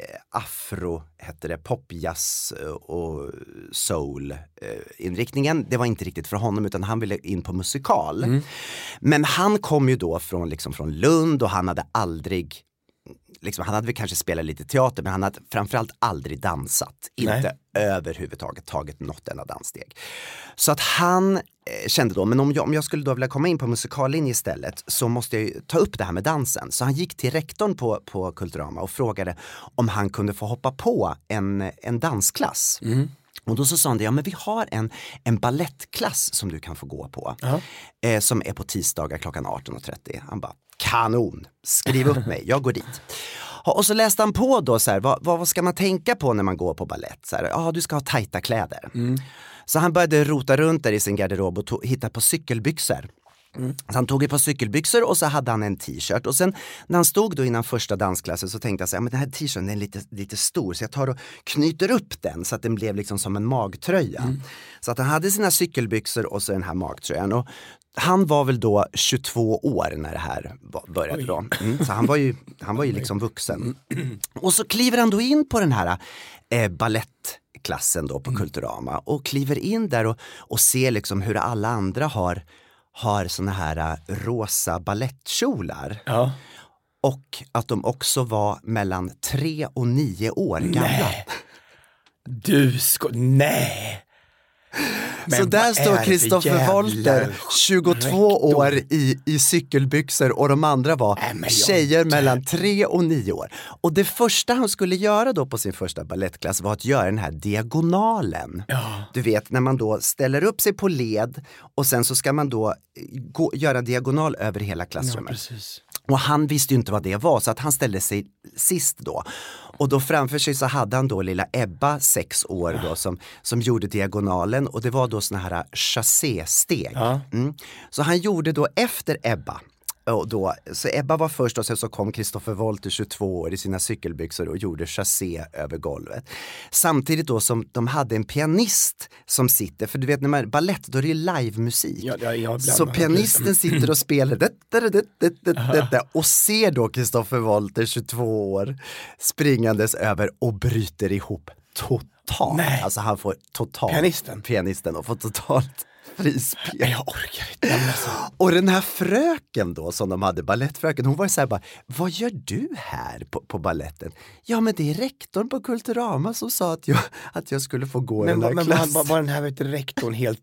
afro, hette det, popjazz och soul eh, inriktningen. Det var inte riktigt för honom, utan han ville in på musikal. Mm. Men han kom ju då från, liksom, från Lund, och han hade aldrig... Liksom, han hade väl kanske spelat lite teater, men han hade framförallt aldrig dansat. Inte Nej. överhuvudtaget tagit något enda danssteg. Så att han eh, kände då, men om jag, om jag skulle då vilja komma in på musikallinje istället, så måste jag ju ta upp det här med dansen. Så han gick till rektorn på, på Kulturama och frågade om han kunde få hoppa på en, en dansklass. Mm. Och då så sa han det, ja men vi har en, en ballettklass som du kan få gå på. Uh-huh. Eh, som är på tisdagar klockan arton och trettio. Han bara, kanon, skriv upp mig, jag går dit. Och så läste han på då så här, vad, vad ska man tänka på när man går på ballett? Så här, ja, du ska ha tajta kläder. Mm. Så han började rota runt där i sin garderob och to- hitta på cykelbyxor. Mm. Så han tog ett par cykelbyxor och så hade han en t-shirt. Och sen när han stod då innan första dansklassen så tänkte jag så här, men den här t-shirten är lite, lite stor, så jag tar och knyter upp den så att den blev liksom som en magtröja. Mm. Så att han hade sina cykelbyxor och så den här magtröjan. Och han var väl då tjugotvå år när det här började då. Mm, så han var ju, han var ju liksom vuxen. Och så kliver han då in på den här eh, ballettklassen då på mm. Kulturama. Och kliver in där och, och ser liksom hur alla andra har, har såna här rosa ballettkjolar. Ja. Och att de också var mellan tre och nio år gamla. Nej. Du ska... Nej! Men så där står Kristoffer Wolter, tjugotvå år i, i cykelbyxor, och de andra var äh, tjejer mellan tre och nio år. Och det första han skulle göra då på sin första ballettklass var att göra den här diagonalen. Ja. Du vet, när man då ställer upp sig på led och sen så ska man då gå, göra diagonal över hela klassrummet. Ja, precis. Och han visste ju inte vad det var, så att han ställde sig sist då. Och då framför sig så hade han då lilla Ebba, sex år då, som, som gjorde diagonalen. Och det var då såna här chassé-steg. Ja. Mm. Så han gjorde då efter Ebba och då, så Ebba var först och sen så kom Kristoffer Wolter tjugotvå år i sina cykelbyxor och gjorde chassé över golvet. Samtidigt då som de hade en pianist som sitter, för du vet när man ballett då är det livemusik. Ja, ja, ja, så pianisten sitter och spelar detta, detta, detta, detta, och ser då Kristoffer Wolter tjugotvå år springandes över och bryter ihop totalt. Nej. Alltså han får totalt Pianisten? Pianisten och får totalt frispel. Jag orkar inte. Alltså. Och den här fröken då som de hade, ballettfröken, hon var så här bara, vad gör du här på, på balletten? Ja men det är rektorn på Kulturama som sa att jag, att jag skulle få gå men, den här men, klassen. Var, var den här vet du, rektorn helt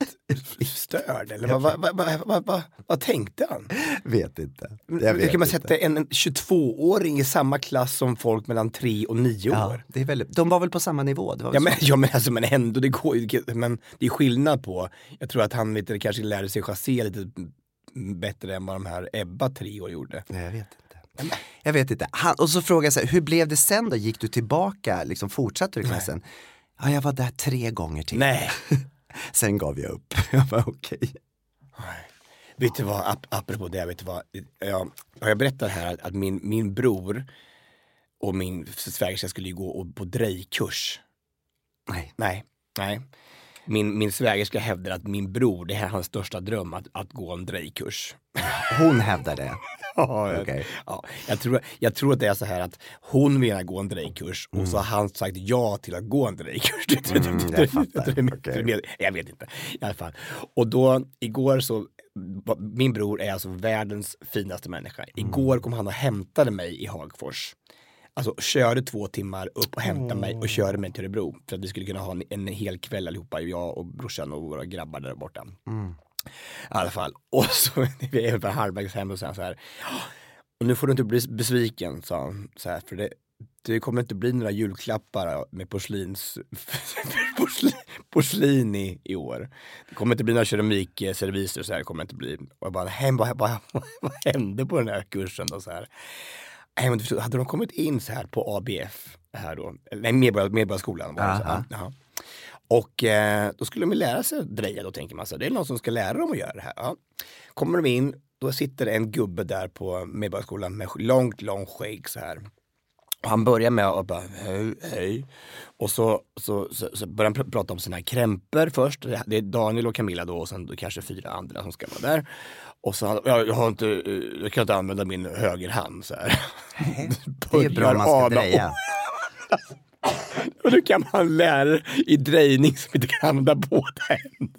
störd? Eller vad, vad, vad, vad, vad, vad, vad tänkte han? Vet inte. Jag Hur vet kan man inte. sätta en, en tjugotvååring i samma klass som folk mellan tre och nio Ja, år? det är väldigt, de var väl på samma nivå. Det var väl Ja så. men, ja men alltså men ändå, det går ju, men det är skillnad på, jag tror att han vet, du, kanske lärde sig chassé lite bättre än vad de här Ebba tre år gjorde. Nej, jag vet inte. Jag vet inte. Han, och så frågade jag så här, hur blev det sen då? Gick du tillbaka, liksom fortsatte du klassen? Ja, jag var där tre gånger till. Nej. Sen gav jag upp. Jag var okej. Okay. Vet du vad, ap- apropå det, vet du vad, jag, jag berättar här att, att min, min bror och min svägerska skulle ju gå på drejkurs. Nej. Nej, nej. Min, min svägerska hävdar att min bror, det här är hans största dröm, att, att gå en drejkurs. Hon hävdar det. Ja, jag, Okay. ja, jag, tror, jag tror att det är så här att hon vill gå en drejkurs och Mm. så har han sagt ja till att gå en drejkurs. Mm, jag fattar. Okay. Jag vet inte. I alla fall. Och då, igår så, min bror är alltså världens finaste människa. Mm. Igår kom han och hämtade mig i Hagfors. Alltså körde två timmar upp och hämtade mig och körde mig till Örebro. För att vi skulle kunna ha en, en hel kväll allihopa, jag och brorsan och våra grabbar där borta. Mm. I alla fall. Och så vi är på halvvägs hem och så här. Och nu får du inte bli besviken, sa han. Så här, för det, det kommer inte bli några julklappar med porslins, porslin, porslin i, i år. Det kommer inte bli några keramikserviser och så här. Det kommer inte bli. Och jag bara, hem, vad, vad, vad hände på den här kursen då så här? Hade de kommit in så här på A B F här då? Nej, Medborgar, Medborgarskolan. Var det så här. Ja. Och eh, då skulle de lära sig att dreja då, tänker man så. Det är någon som ska lära dem att göra det här. Ja. Kommer de in, då sitter en gubbe där på Medborgarskolan med långt, långt skägg så här. Och han börjar med att bara, hej, hej. Och så, så, så, så börjar han pr- prata om sina krämper först. Det är Daniel och Camilla då och sen då kanske fyra andra som ska vara där. Och så, ja, jag har inte, jag kan inte använda min högerhand så här. Det är bra om man ska dreja. Och nu kan man lära i drejning som inte kan använda båda händerna.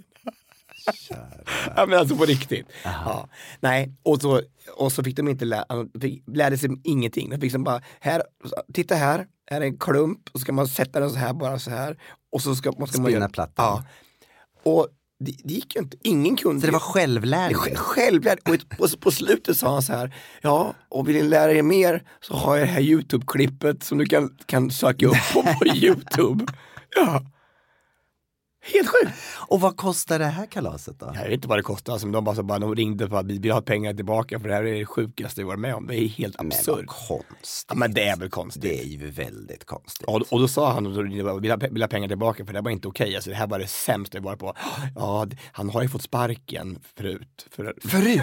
Ja men alltså på riktigt. Ja. Nej, och så, och så fick de inte lära, fick, lärde sig ingenting. De fick som bara, här, titta här, här är en klump och så ska man sätta den så här, bara så här. Och så ska, ska man spinna plattan. Ja. Och det, det gick ju inte, ingen kunde. Så det var självlärning? Självlärning. Och på, på slutet sa han så här, ja, och vill ni lära er mer så har jag det här YouTube-klippet som du kan, kan söka upp på, på YouTube. Ja. Helt sjukt. Och vad kostar det här kalaset då? Jag vet inte vad det kostar. Alltså, de bara, så bara de ringde för att vi vill ha pengar tillbaka för det här är det sjukaste jag varit med om. Det är helt absurt. Men vad konstigt. Ja, men det är väl konstigt. Det är ju väldigt konstigt. Och, och då sa han att vi vill ha, vill ha pengar tillbaka för det här var inte okej. Alltså, det här var det sämsta jag var på. Ja, han har ju fått sparken förut. För... Förut?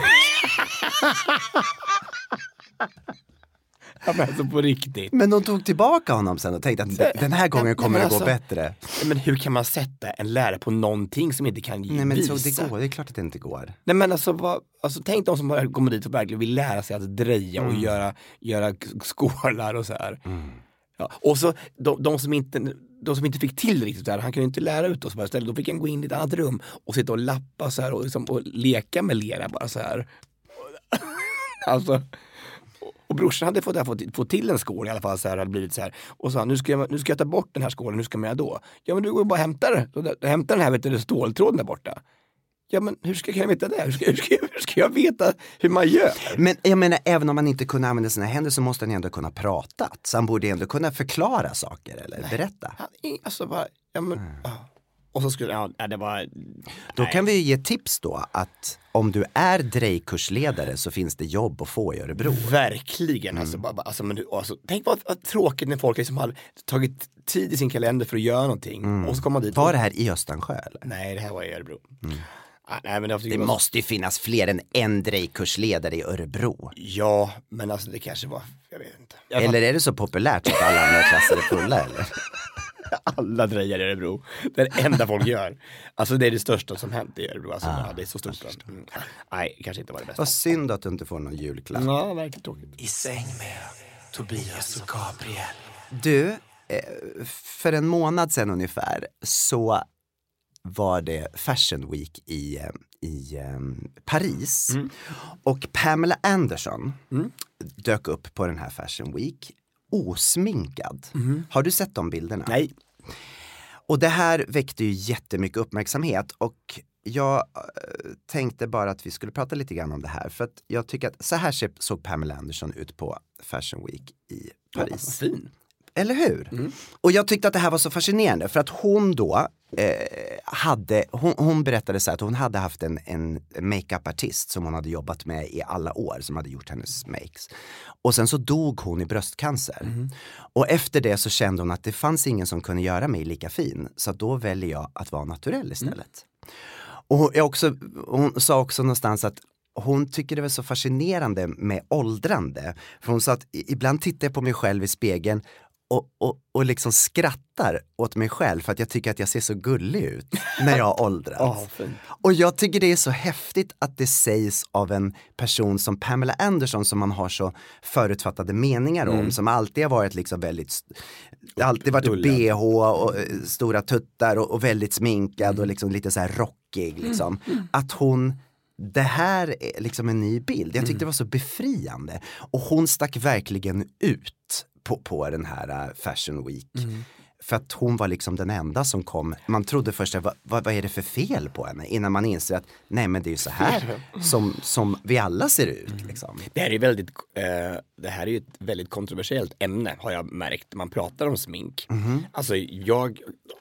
Ja, men alltså på riktigt. Men de tog tillbaka honom sen och tänkte att den här gången kommer det alltså, gå bättre. Men hur kan man sätta en lärare på någonting som inte kan ge Nej men visa? så det går, det är klart att det inte går. Nej men alltså, vad, alltså tänk de som bara kommer dit och verkligen vill lära sig att dreja Mm. och göra, göra skålar och så här. Mm. Ja. Och så de, de, som inte, de som inte fick till riktigt där, han kunde inte lära ut oss bara istället. Då fick han gå in i ett annat rum och sitta och lappa så här och, liksom, och leka med lera bara så här. Alltså... Och brorsan hade fått, fått, fått till en skål i alla fall så här, hade blivit så här. Och sa, nu ska, jag, nu ska jag ta bort den här skålen, nu ska man göra då? Ja men du går bara och hämtar, hämtar den här vet du, ståltråden där borta. Ja men hur ska jag veta det? Hur ska, hur, ska, hur ska jag veta hur man gör? Men jag menar, även om man inte kunde använda sina händer så måste han ändå kunna prata. Så han borde ändå kunna förklara saker eller nej, berätta. Han, alltså bara, ja men, mm. ja. Och så skulle, ja det var... Då nej. kan vi ju ge tips då att om du är drejkursledare så finns det jobb att få i Örebro. Verkligen, mm. alltså, bara, alltså, men, alltså tänk vad, vad tråkigt när folk liksom har tagit tid i sin kalender för att göra någonting. Mm. Och så kommer man dit. Var det här i Östansjö eller? Nej, det här var i Örebro. Mm. Ah, nej, men det, Det måste ju finnas fler än en drejkursledare i Örebro. Ja, men alltså det kanske var, jag vet inte. Jag Eller är det så populärt att alla andra klasser är fulla eller? Alla drejar i Örebro. Det är det enda folk gör. Alltså det är det största som hänt i Örebro. Alltså, Ah, ja, det är så stort. Mm. Nej, kanske inte var det bästa. Vad synd att du inte får någon julklapp. Ja, verkligen tråkigt. I säng med Tobias och Gabriel. Du, eh, för en månad sedan ungefär så var det Fashion Week i, eh, i eh, Paris. Mm. Och Pamela Anderson mm. dök upp på den här Fashion Week osminkad. Mm. Har du sett de bilderna? Nej. Och det här väckte ju jättemycket uppmärksamhet och jag äh, tänkte bara att vi skulle prata lite grann om det här. För att jag tycker att så här såg Pamela Anderson ut på Fashion Week i Paris. Ja, fin. Eller hur? Mm. Och jag tyckte att det här var så fascinerande för att hon då eh, hade, hon, hon berättade så här att hon hade haft en, en makeup-artist som hon hade jobbat med i alla år som hade gjort hennes makes. Och sen så dog hon i bröstcancer. Mm. Och efter det så kände hon att det fanns ingen som kunde göra mig lika fin. Så då väljer jag att vara naturell istället. Mm. Och jag också, hon sa också någonstans att hon tycker det var så fascinerande med åldrande. För hon sa att ibland tittar jag på mig själv i spegeln och, och, och liksom skrattar åt mig själv för att jag tycker att jag ser så gullig ut när jag åldras. Oh, och jag tycker det är så häftigt att det sägs av en person som Pamela Anderson som man har så förutfattade meningar om, mm. som alltid har varit liksom väldigt, alltid varit B H och uh, stora tuttar och, och väldigt sminkad mm. och liksom lite så här rockig liksom. Mm. Att hon det här är liksom en ny bild. Jag tyckte mm. det var så befriande. Och hon stack verkligen ut på, på den här uh, Fashion Week. Mm. För att hon var liksom den enda som kom. Man trodde först, vad, vad, vad är det för fel på henne? Innan man inser att nej men det är ju så här som, som vi alla ser ut. Mm. Liksom. Det här är väldigt, eh, det här är ju ett väldigt kontroversiellt ämne har jag märkt. Man pratar om smink. Mm. Alltså jag,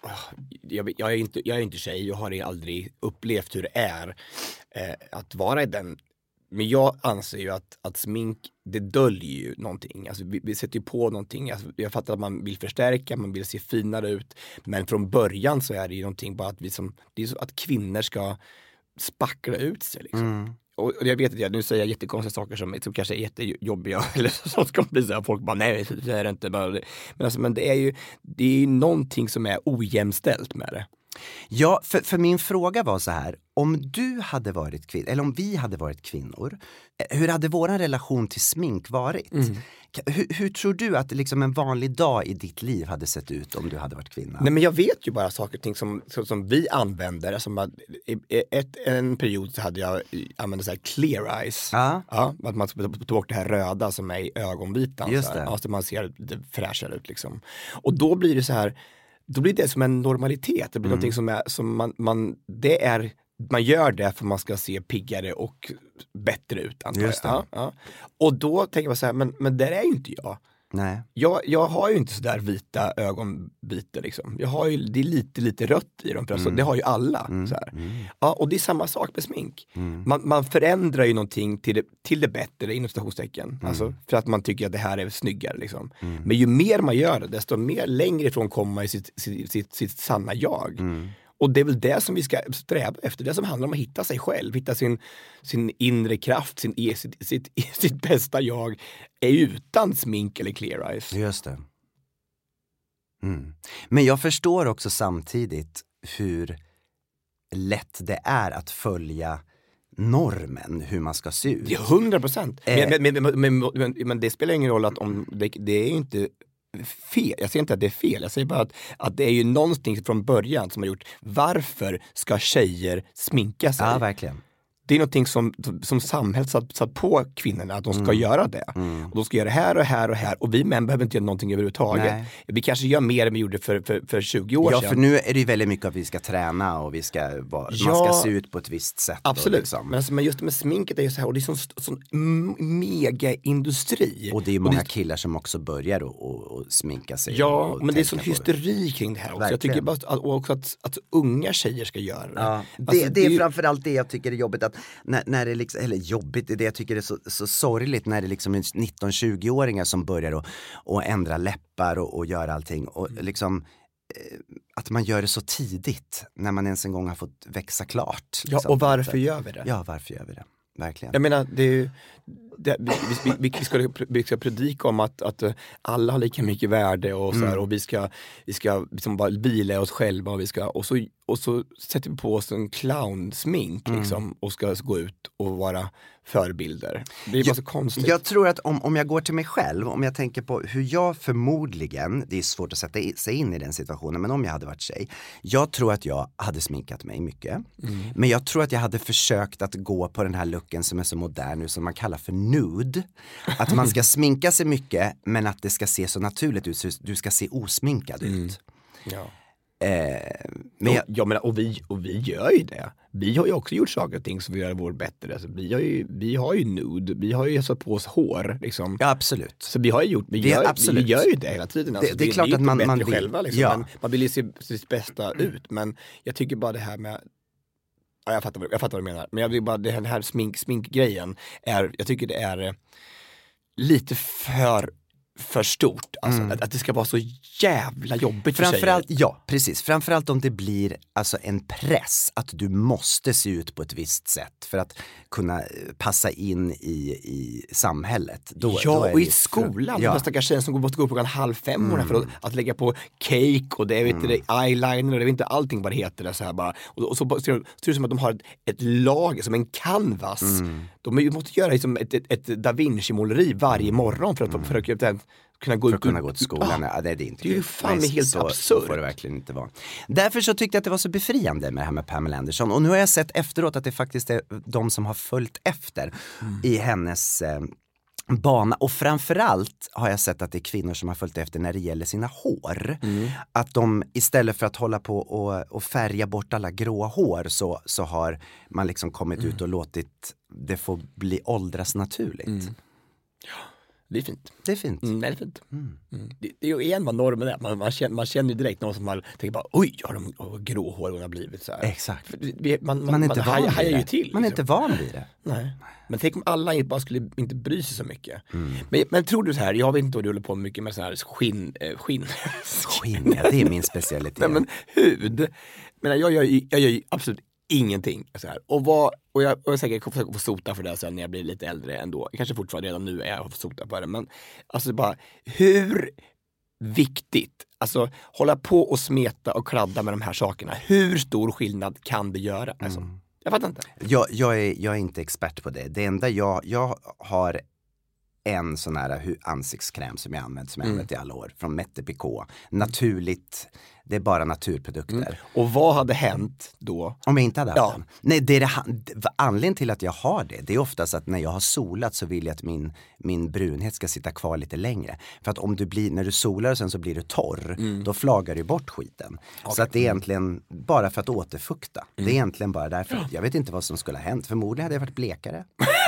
jag, jag, är inte, jag är inte tjej. Jag har aldrig upplevt hur det är eh, att vara i den. Men jag anser ju att, att smink, det döljer ju någonting. Alltså vi, vi sätter ju på någonting. Alltså jag fattar att man vill förstärka, man vill se finare ut. Men från början så är det ju någonting bara att vi som, det är så att kvinnor ska spackla ut sig liksom. Mm. Och, och jag vet att jag nu säger jättekonstiga saker som, som kanske är jättejobbiga eller som ska bli så här, folk bara nej, det är det inte. Bara det. Men, alltså, men det är ju det är ju någonting som är ojämställt med det. Ja, för, för min fråga var så här, om du hade varit kvinna, eller om vi hade varit kvinnor, hur hade vår relation till smink varit? Mm. Hur, hur tror du att liksom en vanlig dag i ditt liv hade sett ut om du hade varit kvinna? Nej, men jag vet ju bara saker och ting som, som, som vi använder. Som att, i, ett, en period så hade jag använt så här clear eyes. Ja. Ja, att man tog bort det här röda som är i ögonvitan. Just så det. här, så man ser lite fräschare ut liksom. Och då blir det så här, då blir det som en normalitet. Det blir mm. någonting som är, som man, man, det är, man gör det för man ska se piggare och bättre ut. Antar jag. Ja, ja. Och då tänker man så här, men, men där är ju inte jag. Nej. Jag, jag har ju inte sådär vita ögonbitar liksom. Jag har ju, det är lite, lite rött i dem. För mm. alltså, det har ju alla. Mm. Så här. Mm. Ja, och det är samma sak med smink. Mm. Man, man förändrar ju någonting till det, till det bättre inom stationstecken. Mm. Alltså, för att man tycker att det här är snyggare liksom. Mm. Men ju mer man gör det, desto mer längre ifrån kommer man i sitt, sitt, sitt, sitt sanna jag. Mm. Och det är väl det som vi ska sträva efter. Det som handlar om att hitta sig själv. Hitta sin, sin inre kraft. Sin, sitt, sitt, sitt bästa jag. Är utan smink eller clear eyes. Just det. Mm. Men jag förstår också samtidigt hur lätt det är att följa normen. Hur man ska se ut. Ja, hundra procent. Men, men, men, men, men, men det spelar ingen roll att om det, det är ju inte... fel. Jag säger inte att det är fel. Jag säger bara att, att det är ju någonting från början som har gjort, varför ska tjejer sminka sig? Ja, verkligen. Det är någonting som, som samhället satt, satt på kvinnorna att de ska mm. göra det. Mm. Och de ska göra det här och här och här. Och vi män behöver inte göra någonting överhuvudtaget. Nej. Vi kanske gör mer än vi gjorde för, för, för tjugo år ja, sedan. Ja, för nu är det ju väldigt mycket att vi ska träna och vi ska vara, ja, man ska se ut på ett visst sätt. Absolut. Liksom. Men, alltså, men just med sminket är ju så här, och det är sån, sån mega industri. Och det är många det... killar som också börjar och, och, och sminka sig. Ja, och men det är sån hysteri kring det här också. Verkligen. Jag tycker bara att, och också att, att unga tjejer ska göra det. Ja. Det, alltså, det är det... framförallt det jag tycker är jobbigt att när, när det liksom, eller jobbigt, det är det jag tycker är så, så sorgligt när det liksom är nitton-tjugo-åringar som börjar och, och ändra läppar och, och göra allting och liksom att man gör det så tidigt när man ens en gång har fått växa klart. Ja, liksom. och varför gör vi det? Ja, varför gör vi det? Verkligen. Jag menar, det är ju, det, vi, vi, vi, vi, ska, vi ska predika om att, att alla har lika mycket värde och, så här, Mm. och vi ska, vi ska liksom bara vila oss själva och, vi ska, och, så, och så sätter vi på oss en clownsmink liksom, och ska gå ut och vara förebilder. Det är bara så konstigt. Jag tror att om, om jag går till mig själv, om jag tänker på hur jag förmodligen, det är svårt att sätta i, sig in i den situationen, men om jag hade varit tjej, jag tror att jag hade sminkat mig mycket. Mm. Men jag tror att jag hade försökt att gå på den här looken som är så modern nu, som man kallar för nude. Att man ska sminka sig mycket, men att det ska se så naturligt ut, så du ska se osminkad Mm. ut. Ja. Eh, men jag, och, ja, men, och, vi, och vi gör ju det. Vi har ju också gjort saker och ting som vi gör vår bättre. Alltså, vi, har ju, vi har ju nude, vi har ju satt på oss hår. Liksom. ja, absolut. Så vi har ju gjort, vi, Det är gör, absolut. vi gör ju det hela tiden. Alltså, Det- det är klart vi, att man- bättre man vill. själva. Liksom. Ja. Man, man vill ju se sitt bästa ut. Men jag tycker bara det här med, ja, jag, fattar, vad- jag fattar vad du menar. Men jag vill bara, det här, det här smink, sminkgrejen är, jag tycker det är eh, lite för för stort. Alltså, Mm. att, att det ska vara så jävla jobbigt för Framförallt, tjejer. ja, precis. Framförallt om det blir alltså en press att du måste se ut på ett visst sätt för att kunna eh, passa in i, i samhället. Då, Ja, då är och det i ju- skolan. Ja. De stackars tjejer som går måste gå upp klockan halv fem mm. för att, att lägga på cake och det, vet mm. det, eyeliner och det vet inte allting vad det heter. Det, så här bara. Och, och så bara- ser det ser det som att de har ett, ett lager, som en canvas. Mm. De är- måste göra liksom ett, ett, ett Da Vinci-måleri varje morgon för att, mm. för att, för att kunna gå För ut. att kunna gå till skolan. Ah, Ja, det är det inte. det är ju kul. fan Nej, helt så, absurt. Så får det verkligen inte vara. Därför så tyckte jag att det var så befriande med det här med Pamela Anderson. Och nu har jag sett efteråt att det faktiskt är de som har följt efter mm. i hennes eh, bana. Och framförallt har jag sett att det är kvinnor som har följt efter när det gäller sina hår. Mm. Att de istället för att hålla på och, och färga bort alla gråa hår så, så har man liksom kommit mm. ut och låtit det få bli åldras naturligt. Mm. Det är fint. Det är fint. Mm, det är fint. Mm. Mm. Det, det är ju igen vad normen är. Man, man, känner, man känner ju direkt någon som har tänkt bara, oj, har de oh, grå hår hon har blivit så här. Exakt. För vi, man, man, man är inte man, van vid hajar det. ju till. Man är liksom. inte van vid det. Nej. Men tänk om alla bara skulle inte bry sig så mycket. Mm. Men, men tror du så här, jag vet inte vad du håller på mycket med så här skinn. Eh, skinn. Skinn, ja, det är min specialitet. Nej, men hud. Men jag gör ju jag gör ju absolut ingenting. Så här. Och, vad, och jag, och jag säkert kommer försöka få sota för det sen när jag blir lite äldre ändå. Kanske fortfarande redan nu är jag får sota på det. Men alltså bara, hur viktigt, alltså hålla på och smeta och kladda med de här sakerna. Hur stor skillnad kan det göra? Alltså, Mm. jag fattar inte. Jag, jag, är, jag är inte expert på det. Det enda jag, jag har en sån här hu- ansiktskräm som jag använt som jag Mm. använt i alla år. Från Mette Picot. Naturligt, det är bara naturprodukter. Mm. Och vad hade hänt då? Om jag inte hade haft Ja. den. Nej, det är det, han- det, anledningen till att jag har det, det är oftast att när jag har solat så vill jag att min, min brunhet ska sitta kvar lite längre. För att om du blir, när du solar och sen så blir du torr, Mm. då flagar du bort skiten. Okay. Så att det är egentligen bara för att återfukta. Mm. Det är egentligen bara därför. Jag vet inte vad som skulle ha hänt. Förmodligen hade jag varit blekare.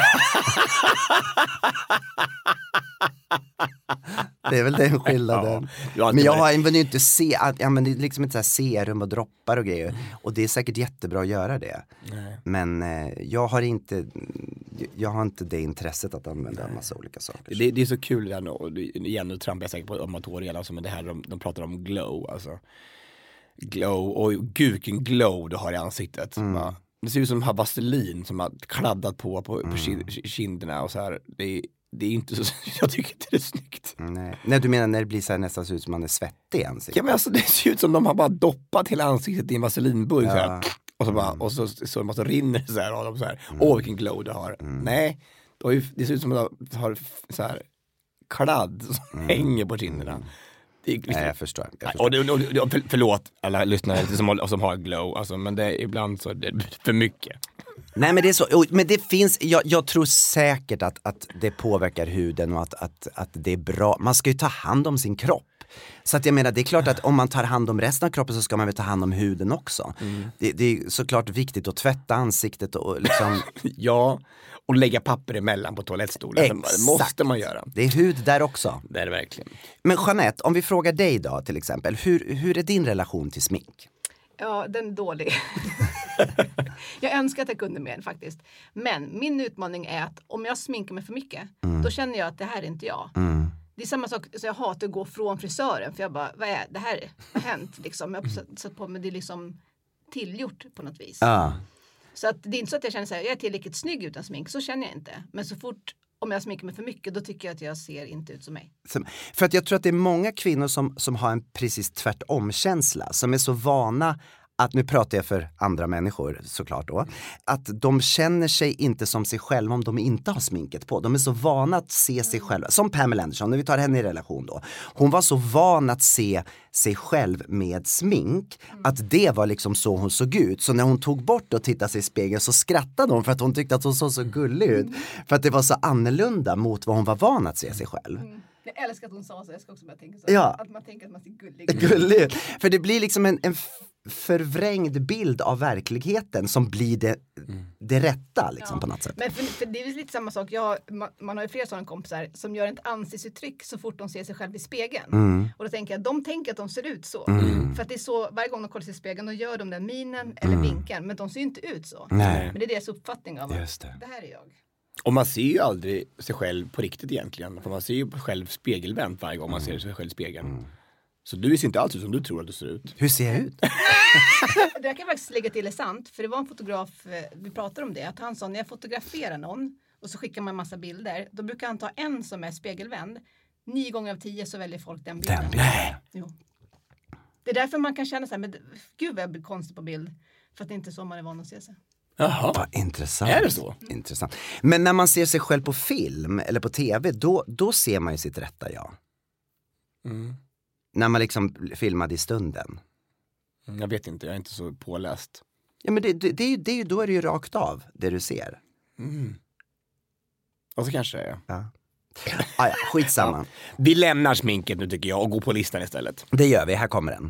Det är väl den skillnaden. Ja, men jag har använder ju inte se, jag använder liksom inte så här serum och droppar och grejer. Mm. Och det är säkert jättebra att göra det. Nej. Men eh, jag har inte jag har inte det intresset att använda Nej. en massa olika saker. Det, det är så kul där nu, och igen nu trampar jag säkert på amatorier alltså, men det här de, de pratar om glow alltså. Glow, och gud vilken glow du har i ansiktet. Mm. Det ser ut som har vaselin som har kladdat på på, mm. på kinderna och så här. Det är Det är inte så, jag tycker inte det är snyggt. Nej, Nej du menar när det blir så här nästan så ut som man är svettig i ansiktet? Ja men alltså det ser ut som de har bara doppat hela ansiktet i en vaselinburk ja. så här. Och så bara, och så, så, så rinner det så här och de så här, mm. åh vilken glow du har. Mm. Nej, det, har ju, det ser ut som att de har så här kladd som mm. hänger på kinderna. Mm. Det är, Nej, jag förstår. Jag förstår. Och, det, och, och för, förlåt alla lyssnare som, som har glow, alltså, men det, ibland så är det för mycket. Nej men det är så, men det finns, jag, jag tror säkert att, att det påverkar huden och att, att, att det är bra. Man ska ju ta hand om sin kropp. Så att jag menar, det är klart att om man tar hand om resten av kroppen så ska man väl ta hand om huden också. Mm. Det, det är såklart viktigt att tvätta ansiktet och liksom... ja, och lägga papper emellan på toalettstolen. Exakt. Det måste man göra. Det är hud där också. Det är det verkligen. Men Jeanette, om vi frågar dig då till exempel, hur, hur är din relation till smink? Ja, den är dålig. Jag önskar att jag kunde mer faktiskt. Men min utmaning är att om jag sminkar mig för mycket, mm. då känner jag att det här är inte jag. Mm. Det är samma sak, så jag hatar att gå från frisören. För jag bara, vad är det här? Vad har hänt? Liksom. Jag har satt, satt på mig, det är liksom tillgjort på något vis. Ja. Så att det är inte så att jag känner så här, jag är tillräckligt snygg utan smink. Så känner jag inte. Men så fort, om jag sminkar mig för mycket, då tycker jag att jag ser inte ut som mig. För att jag tror att det är många kvinnor som, som har en precis tvärtom-känsla. Som är så vana att, nu pratar jag för andra människor såklart då, att de känner sig inte som sig själva om de inte har sminket på. De är så vana att se sig själva, som Pamela Anderson, när vi tar henne i relation då. Hon var så van att se sig själv med smink, att det var liksom så hon såg ut. Så när hon tog bort och tittade sig i spegeln så skrattade hon för att hon tyckte att hon såg så gullig ut. För att det var så annorlunda mot vad hon var van att se sig själv. Mm. Jag älskar att hon sa så, jag ska också börja tänka så. Ja. Att man tänker att man ser gullig. Gullig ut. För det blir liksom en, en förvrängd bild av verkligheten som blir det, mm. det rätta liksom, ja. på något sätt. Men för, för det är lite samma sak. Jag, man, man har ju flera sådana kompisar som gör ett ansiktsuttryck så fort de ser sig själv i spegeln. Mm. Och då tänker jag, de tänker att de ser ut så. Mm. För att det är så, varje gång de kollar sig i spegeln, då gör de den minen eller mm. vinkeln. Men de ser ju inte ut så. Nej. Men det är deras uppfattning av Just det. att det här är jag. Och man ser ju aldrig sig själv på riktigt egentligen. För man ser ju själv spegelvänt varje gång man ser sig själv i spegeln. Mm. Så du ser inte alls ut som du tror att du ser ut. Hur ser jag ut? Det kan jag faktiskt lägga till är sant. För det var en fotograf, vi pratade om det. Att han sa, när jag fotograferar någon och så skickar man en massa bilder. Då brukar han ta en som är spegelvänd. Nio gånger av tio så väljer folk den bilden. Den, nej. Jo. Det är därför man kan känna så här, men gud vad jag blir konstig på bild. För att det inte är så man är van att se sig. Jaha. Vad intressant. Är det så? Intressant. Men när man ser sig själv på film eller på tv, då, då ser man ju sitt rätta jag. Mm. När man liksom filmade i stunden. Jag vet inte, jag är inte så påläst. Ja, men det, det, det är ju, det är ju, då är det ju rakt av det du ser. Mm. Och så kanske det är. Ja. Ah, ja, skitsamma. Ja. Vi lämnar sminket nu tycker jag och går på listan istället. Det gör vi, här kommer den.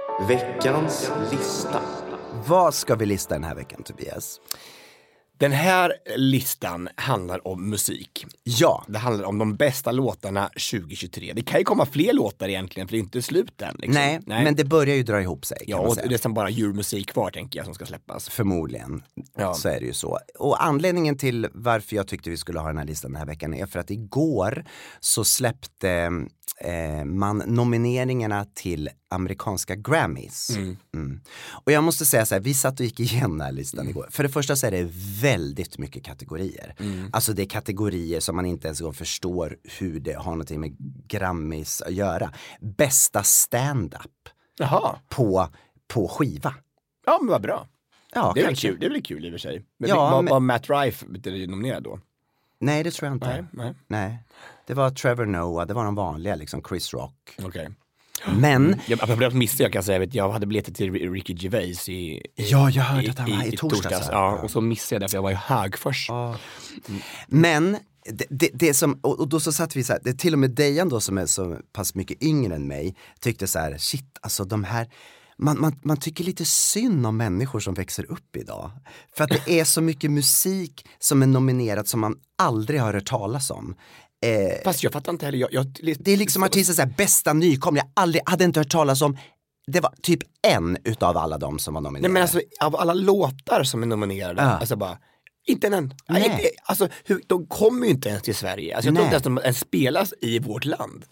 Veckans lista. Vad ska vi lista den här veckan, Tobias? Den här listan handlar om musik. Ja. Det handlar om de bästa låtarna tjugo tjugotre. Det kan ju komma fler låtar egentligen, för det är inte slut än. Liksom. Nej, Nej, men det börjar ju dra ihop sig. Ja, och det är nästan bara julmusik kvar, tänker jag, som ska släppas. Förmodligen, ja. Så är det ju så. Och anledningen till varför jag tyckte vi skulle ha den här listan den här veckan är för att igår så släppte eh, man nomineringarna till amerikanska Grammys. Mm. Mm. Och jag måste säga så här, vi satt och gick igenom den här listan mm. igår. För det första så är det väldigt mycket kategorier. Mm. Alltså det är kategorier som man inte ens förstår hur det har någonting med Grammys att göra. Bästa stand-up Jaha. På, på skiva. Ja, men vad bra. Ja, det, är väl kul, det är väl kul i och för sig. Men ja, var, men... var Matt Rife nominerad då? Nej, det tror jag inte. Nej, nej. nej. Det var Trevor Noah, det var de vanliga, liksom Chris Rock. Okej. Okay. Men... Jag, apropå missade jag kan säga, vet, jag hade biljetter till Ricky Gervais i, i Ja, jag hörde i, att han var i, i torsdags. torsdags ja, och så missade jag det för jag var i Högfors. Ja. Mm. Men det, det, det som, och då så satt vi så här, det till och med Dejan då som är så pass mycket yngre än mig tyckte så här, shit, alltså de här man, man, man tycker lite synd om människor som växer upp idag. För att det är så mycket musik som är nominerad som man aldrig har hört talas om. Eh, Fast jag fattar inte heller. Jag, jag, det är liksom artister såhär, bästa nykomling. Jag aldrig, hade inte hört talas om. Det var typ en utav alla de som var nominerade. Nej men alltså av alla låtar som är nominerade, ja. Alltså bara, inte en. Nej. Inte, alltså hur, de kommer ju inte ens till Sverige. Alltså jag tror inte ens de ens spelas i vårt land.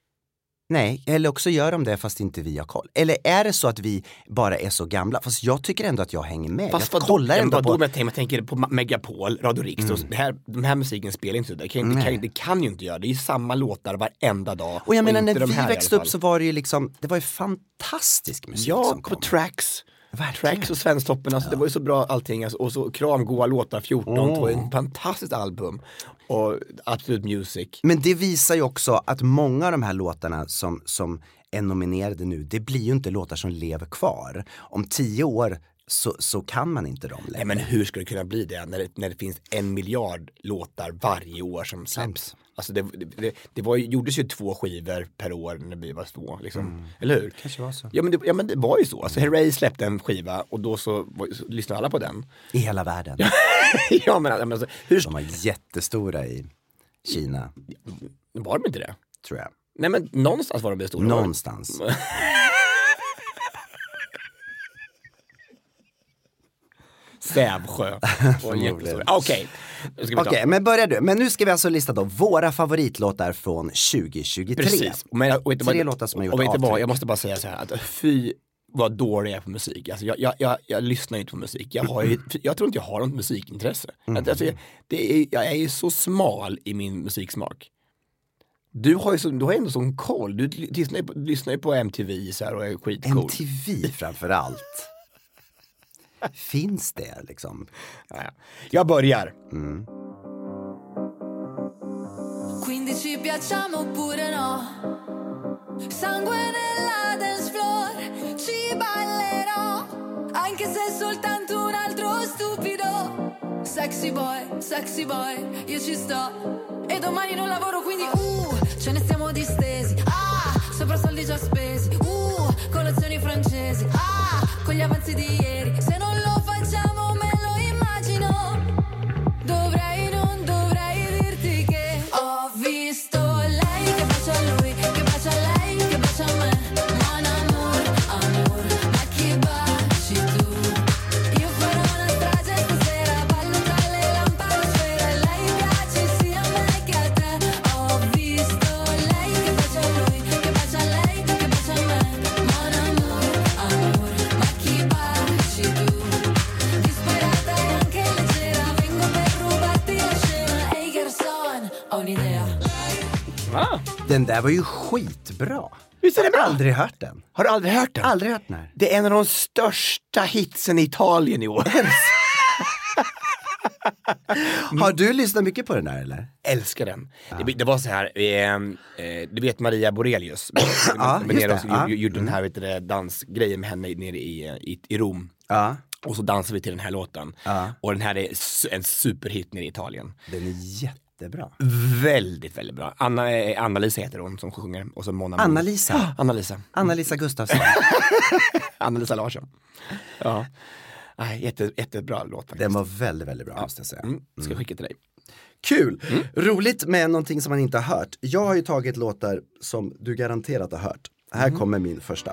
Nej, eller också gör de det fast inte vi har koll. Eller är det så att vi bara är så gamla? Fast jag tycker ändå att jag hänger med. Fast jag kollar då, ändå då, på... Då, jag, tänker, jag tänker på Megapol, Radio Riks. Mm. Det här, den här musiken spelar inte det. Kan, det, kan, det kan ju inte göra. Det är ju samma låtar varenda dag. Och jag menar, och när vi växte upp så var det ju liksom, det var ju fantastisk musik ja, som kom. på Tracks. Verkligen. Tracks och Svensktoppen, alltså, ja. Det var ju så bra allting. Alltså, och så Kramgoa låtar fjorton, oh. Det var en fantastiskt album. Och Absolute Music. Men det visar ju också att många av de här låtarna som, som är nominerade nu, det blir ju inte låtar som lever kvar. Om tio år så, så kan man inte dem längre. Nej, men hur ska det kunna bli det när det, när det finns en miljard låtar varje år som släpps? Alltså det, det, det var, gjordes ju två skivor per år när vi var små, liksom. Mm. Eller hur? Kanske var så. Ja men, det, ja men det var ju så. Alltså Herrey släppte en skiva och då så, så lyssnade alla på den. I hela världen. Ja men alltså, hur... De var jättestora i Kina. Var de inte det? Tror jag. Nej men någonstans var de stora. Någonstans. Sävsjö. Okej. Okay. Okej, men börjar du. Men nu ska vi alltså lista då våra favoritlåtar från tjugo tjugotre. Precis. Men, och, och, Tre låtar som har gjort och vet avtryck. vad, jag måste bara säga så här att fy vad dålig jag är på musik. Alltså jag, jag, jag, jag lyssnar inte på musik. Jag, har ju, jag tror inte jag har något musikintresse. Mm. Alltså, det är, jag är ju så smal i min musiksmak. Du har ju så, du har ändå sån koll. Du lyssnar ju på, lyssnar ju på M T V så här och är skitcool. M T V framför allt. Finns det liksom? Ja, ja. Jag börjar. Mm. Quindi ci piacciamo oppure no? Sangue nella dance floor, ci ballerò, anche se è soltanto un altro stupido. Sexy boy, sexy boy, io ci sto. E domani non lavoro quindi uh, ce ne stiamo distesi. Ah, sopra soldi già spesi. Uh, colazioni francesi. Ah, con gli avanzi di ieri. Se non lo facciamo me lo immagino. Dovrei, non dovrei dirti che ho visto lei che bacia a lui, che bacia a lei, che bacia a me. Mon amour, amour, ma chi baci tu? Io farò una strage stasera, ballo tra le lampadosfere. Lei piace sia a me che a te. Ho visto lei che bacia a lui, che bacia a lei, che bacia a me. Mon amour, amour, ma chi baci tu? Disperata e anche leggera, vengo per rubarti la scena. Ehi garçon, ho un'idea. Ah, Den där var ju skitbra. visst är det bra? Aldrig hört den. Har du aldrig hört den? Aldrig hört den här. Det är en av de största hitsen i Italien i år. Har du lyssnat mycket på den här eller? Älskar den. Det, det var så här, eh, eh, du vet Maria Borelius. Ja, men just nere det. och Ja. gjorde den här vet du, dansgrejen med henne nere i, i, i Rom. Ja, Och så dansade vi till den här låten. Ja. Och den här är su- en superhit nere i Italien. den är jättebra. Väldigt, väldigt bra. Anna, eh, Anna-Lisa heter hon som sjunger. Och så Mona Anna-Lisa? Ah, Anna-Lisa. Anna-Lisa Gustafsson. Anna-Lisa Larsson. Ja. Nej, jätte, jättebra låt faktiskt. Den var väldigt, väldigt bra måste jag säga. Mm, ska jag skicka till dig. Kul! Roligt med någonting som man inte har hört. Jag har ju tagit låtar som du garanterat har hört. Här kommer min första.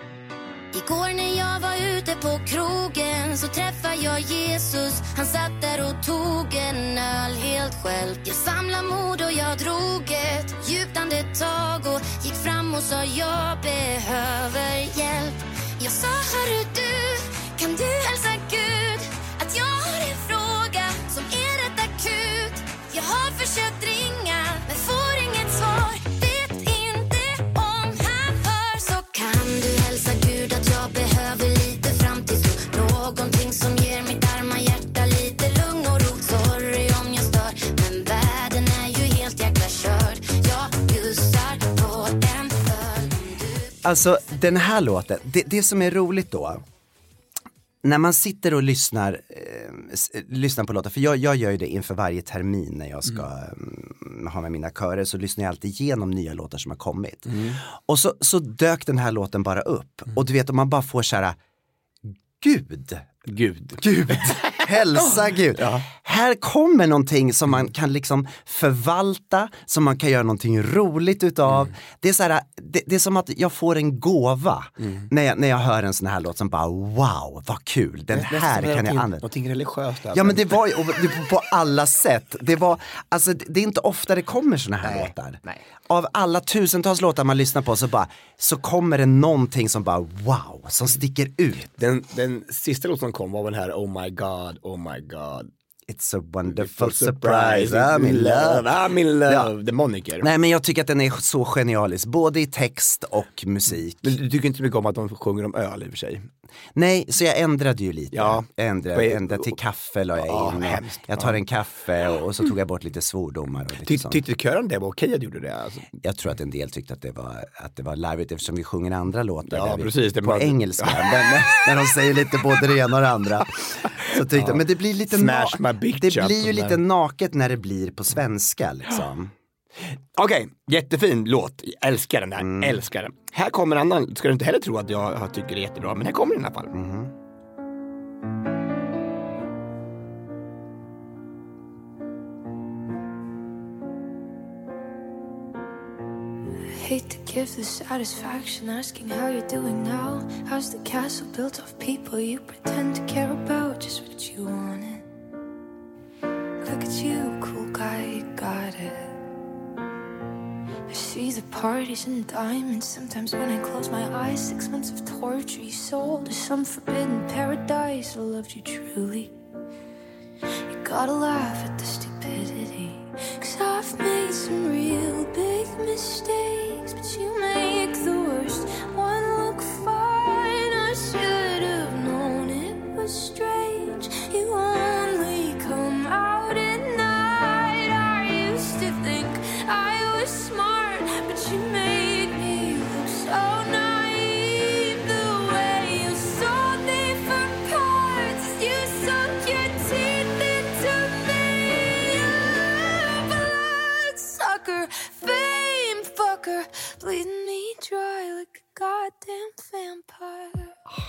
Igår när jag var ute på krogen så träffade jag Jesus. Han satt där och tog en öl helt själv. Jag samlade mod och jag drog ett djupt andetag och gick fram och sa jag behöver hjälp. Jag sa hörru du, kan du hälsa Gud att jag har en fråga som är rätt akut. Jag har försökt ringa men får inget svar. Vet inte om han hör, så kan du hälsa Gud att jag behöver lite framtidstro. Någonting som ger mitt arma hjärta lite lugn och ro. Sorry om jag stör, men världen är ju helt jäkla körd. Jag bjussar på en öl. Alltså den här låten, det, det som är roligt då, när man sitter och lyssnar, eh, s- lyssnar på låtar, för jag, jag gör ju det inför varje termin när jag ska mm. ha med mina körer, så lyssnar jag alltid igenom nya låtar som har kommit. Och så, så dök den här låten bara upp. Och du vet, om man bara får så här, Gud, Gud. Gud, hälsa Gud. Här kommer någonting som man kan liksom förvalta, som man kan göra någonting roligt utav. Mm. Det är så här, det, det är som att jag får en gåva mm. när, jag, när jag hör en sån här låt som bara wow, vad kul, den här kan jag använda. Någonting religiöst. Ja, men det var ju och det, på alla sätt. Det var, alltså det, det är inte ofta det kommer såna här Nej, låtar. nej. Av alla tusentals låtar man lyssnar på så bara, så kommer det någonting som bara wow, som sticker ut. Den, den sista låten som kom var väl här Oh my god, oh my god. It's a wonderful surprise, I'm in love. I'm in love, Ja. The Moniker. Nej, men jag tycker att den är så genialisk, både i text och musik. Men du tycker inte så mycket om att de sjunger om öl i och för sig? Nej, så jag ändrade ju lite. Ja. Jag ändrade, ändrade till kaffe la jag Ja, in. hemskt. Jag tar Ja. en kaffe och, och så tog jag bort lite svordomar och lite Ty, sånt. tyckte kören det var okej att du gjorde det? Alltså? Jag tror att en del tyckte att det var, att det var larvigt eftersom vi sjunger andra låtar Ja, där vi, precis, det på var- engelska. Men när de säger lite både det ena och det andra. Så tyckte jag, men det blir lite Smash na- my bitch det up blir ju och lite där. naket när det blir på svenska liksom. Okej, jättefin låt. Jag älskar den där, Mm. älskar den. Här kommer en annan, ska du inte heller tro att jag, jag tycker det är jättebra, men här kommer den i alla fall. Mm. hate to give the satisfaction asking how you're doing now. How's the castle built of people you pretend to care about? Just what you wanted. Look at you, cool guy, you got it. I see the parties and diamonds. Sometimes when I close my eyes, six months of torture you sold to some forbidden paradise. I loved you truly. You gotta laugh at the stupidity, 'cause I've made some real big mistakes, but you make the worst one look fine. I should have known it was strange. You only come out at night. I used to think I was smart, but you made me look so naive. The way you sold me for parts, you sunk your teeth into me. Bloodsucker, fame fucker, bleeding me dry like a goddamn vampire.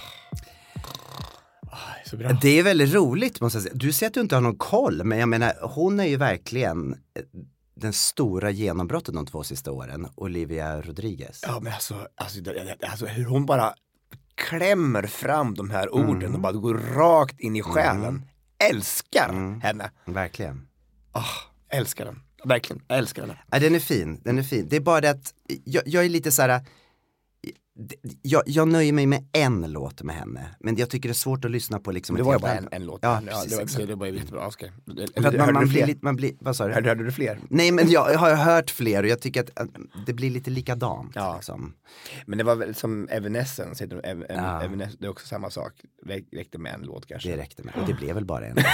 Så bra. Det är väldigt roligt, måste jag säga. Du säger att du inte har någon koll, men jag menar, hon är ju verkligen den stora genombrottet de två sista åren, Olivia Rodrigez. Ja, men alltså, alltså, det- alltså hur hon bara klämmer fram de här orden Mm. och bara går rakt in i själen. Älskar Mm. henne. Verkligen. Ah, älskar den. Verkligen, jag älskar henne. Ja, den är fin, den är fin. Det är bara det att jag, jag är lite så här. Jag, jag nöjer mig med en låt med henne, men jag tycker det är svårt att lyssna på liksom Det ett var ju helt bara en, album. en låt. Ja, ja, precis, det, var, exakt. det var ju jättebra. Okej. För att man, Hörde man du blir fler? lite, man blir, vad sa du? Hörde, hörde du fler? Nej, men jag, jag har hört fler och jag tycker att, att det blir lite likadant. Ja. Liksom. Men det var väl som Evanescence, heter det, Ev, Ev, Ja. Evanescence, det är också samma sak. Det räckte med en låt kanske. Det räckte med, och det blev väl bara en.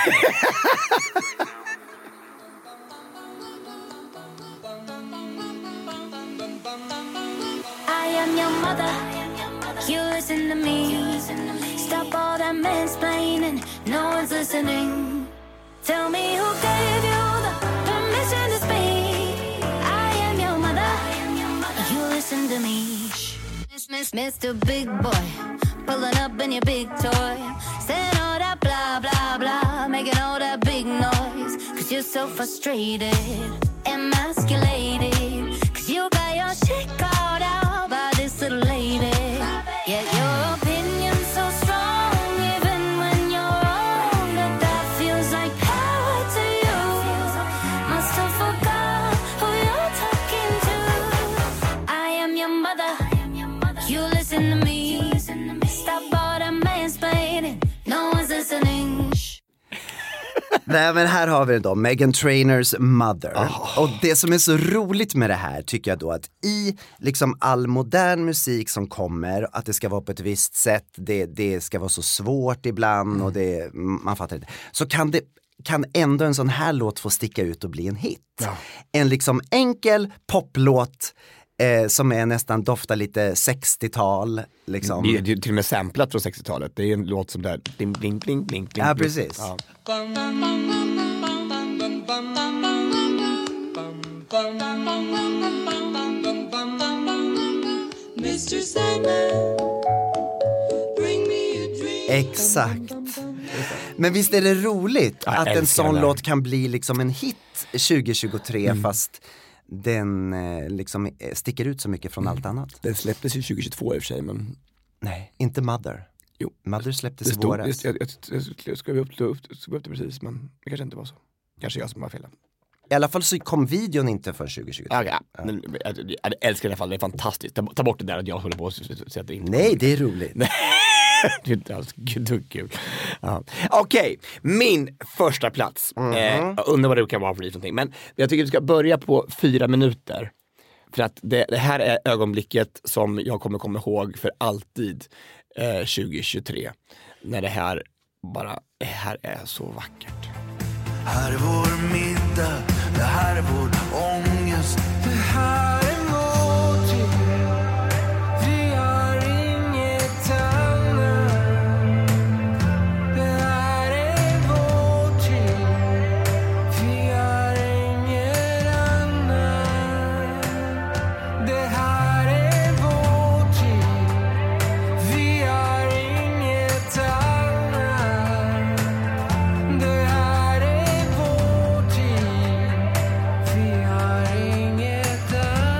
I am your mother. You listen to me. Stop all that mansplaining. No one's listening. Tell me who gave you the permission to speak. I am your mother. You listen to me. Mister Big Boy, pulling up in your big toy, saying all that blah blah blah, making all that big noise. 'Cause you're so frustrated, emasculated. 'Cause you got your shit called out by this little lady. Yet your opinion's so strong, even when you're wrong, that that feels like power to you. Must have forgot who you're talking to. I am your mother. You listen to me. Stop all the mansplaining. No one's listening. Nej, men här har vi det då, Meghan Trainors Mother. Oh. Och det som är så roligt med det här tycker jag då att i liksom all modern musik som kommer, att det ska vara på ett visst sätt, det, det ska vara så svårt ibland mm. och det, man fattar inte. Så kan det kan ändå en sån här låt få sticka ut och bli en hit. Ja. En liksom enkel poplåt Eh, som är nästan doftar lite sextiotal liksom. Det är ju till och med samplat från sextiotalet. Det är en låt som där bling bling bling bling bling. Ja, precis. Ja. mister Sandman, bring me a dream. Exakt. Men visst är det roligt Jag att en älskar sån den. låt kan bli liksom en hit tjugo tjugotre Mm. fast den eh, liksom eh, sticker ut så mycket från Mm. allt annat. Den släpptes ju tjugo tjugotvå i och för sig, men Nej, inte Mother. Jo. Mother släpptes det i stod, våras. jag, jag, jag, jag skrev upp det, upp, skrev upp det precis, men det kanske inte var så. Kanske jag som var fel. I alla fall så kom videon inte för tjugo tjugotre. Ja, ja. Men, jag, jag älskar det i alla fall, det är fantastiskt. Ta, ta bort det där att jag håller på att sätta in. Nej, det är roligt. Det är inte alls kul. Ja. Okej, min första plats. Mm. Eh, jag undrar vad det kan vara för någonting. Men jag tycker vi ska börja på fyra minuter. För att det, det här är ögonblicket som jag kommer komma ihåg för alltid eh, tjugo tjugotre. När det här bara, det här är så vackert. Här är vår middag, det här är vår ångest. Det här är vår tid, vi har inget annat. Det här är vår tid, vi har inget annat. Det här är vår tid, vi har inget annat. Det här är vår tid, vi har inget annat.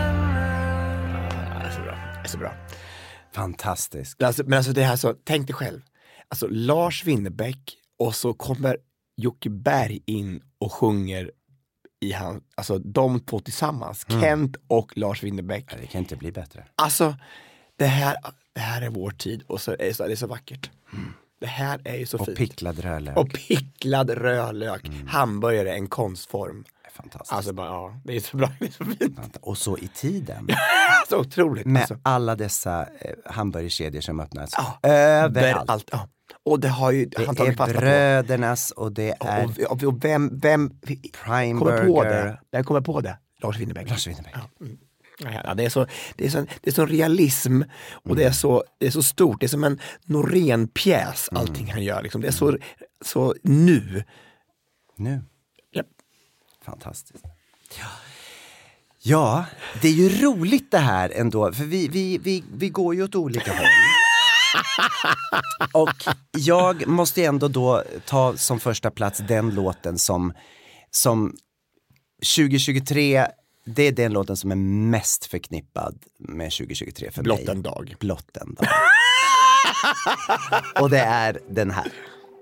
Fantastiskt. Alltså, men alltså det här så, tänk dig själv. Alltså Lars Winnerbäck och så kommer Jocke Berg in och sjunger i han, alltså de två tillsammans. Mm. Kent och Lars Winnerbäck. Ja, det kan inte bli bättre. Alltså, det här, det här är vår tid och så är det så, det är så vackert. Mm. Det här är ju så och fint. Och picklad rödlök. Och picklad rödlök. Mm. Hamburgare, en konstform. Fantastiskt. Alltså bara, ja, det är så bra, det är så fint. Och så i tiden. Så otroligt. Med alltså. alla dessa eh, hamburgerkedjor som öppnas. Ja, överallt. Allt, ja. Och det har ju det han är brödernas och det är och, och, och vem, vem Prime kommer på Burger. det? Vem kommer på det? Lars Winnerbäck. Lars Winnerbäck. Ja. Mm. Ja, det är så det är så det är så realism och mm. det är så det är så stort. Det är som en Norén-pjäs allting mm. han gör liksom. Det är så så nu. Nu. Ja. Fantastiskt. Ja. Ja, det är ju roligt det här ändå för vi vi vi vi går ju åt olika håll. Och jag måste ändå då ta som första plats den låten som som tjugo tjugotre, det är den låten som är mest förknippad med tjugo tjugotre för Blott mig. en dag. Blott en dag. Och det är den här.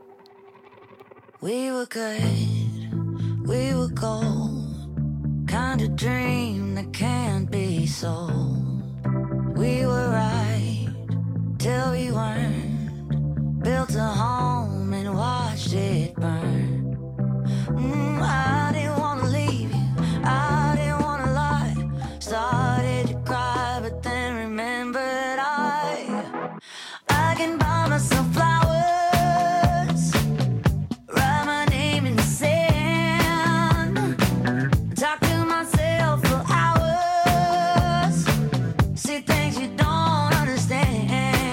We were good, we were gold, kind of dream that can't be sold. We were right till we weren't, built a home and watched it burn. Mm, I didn't want to leave you, I didn't want to lie, started to cry but then remembered I I can buy myself flowers, write my name in the sand, talk to myself for hours, see things you don't understand.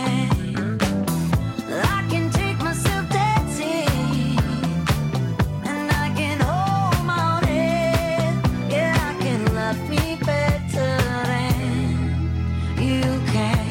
I can take myself dancing, and I can hold my own head. Yeah, I can love me better than you can.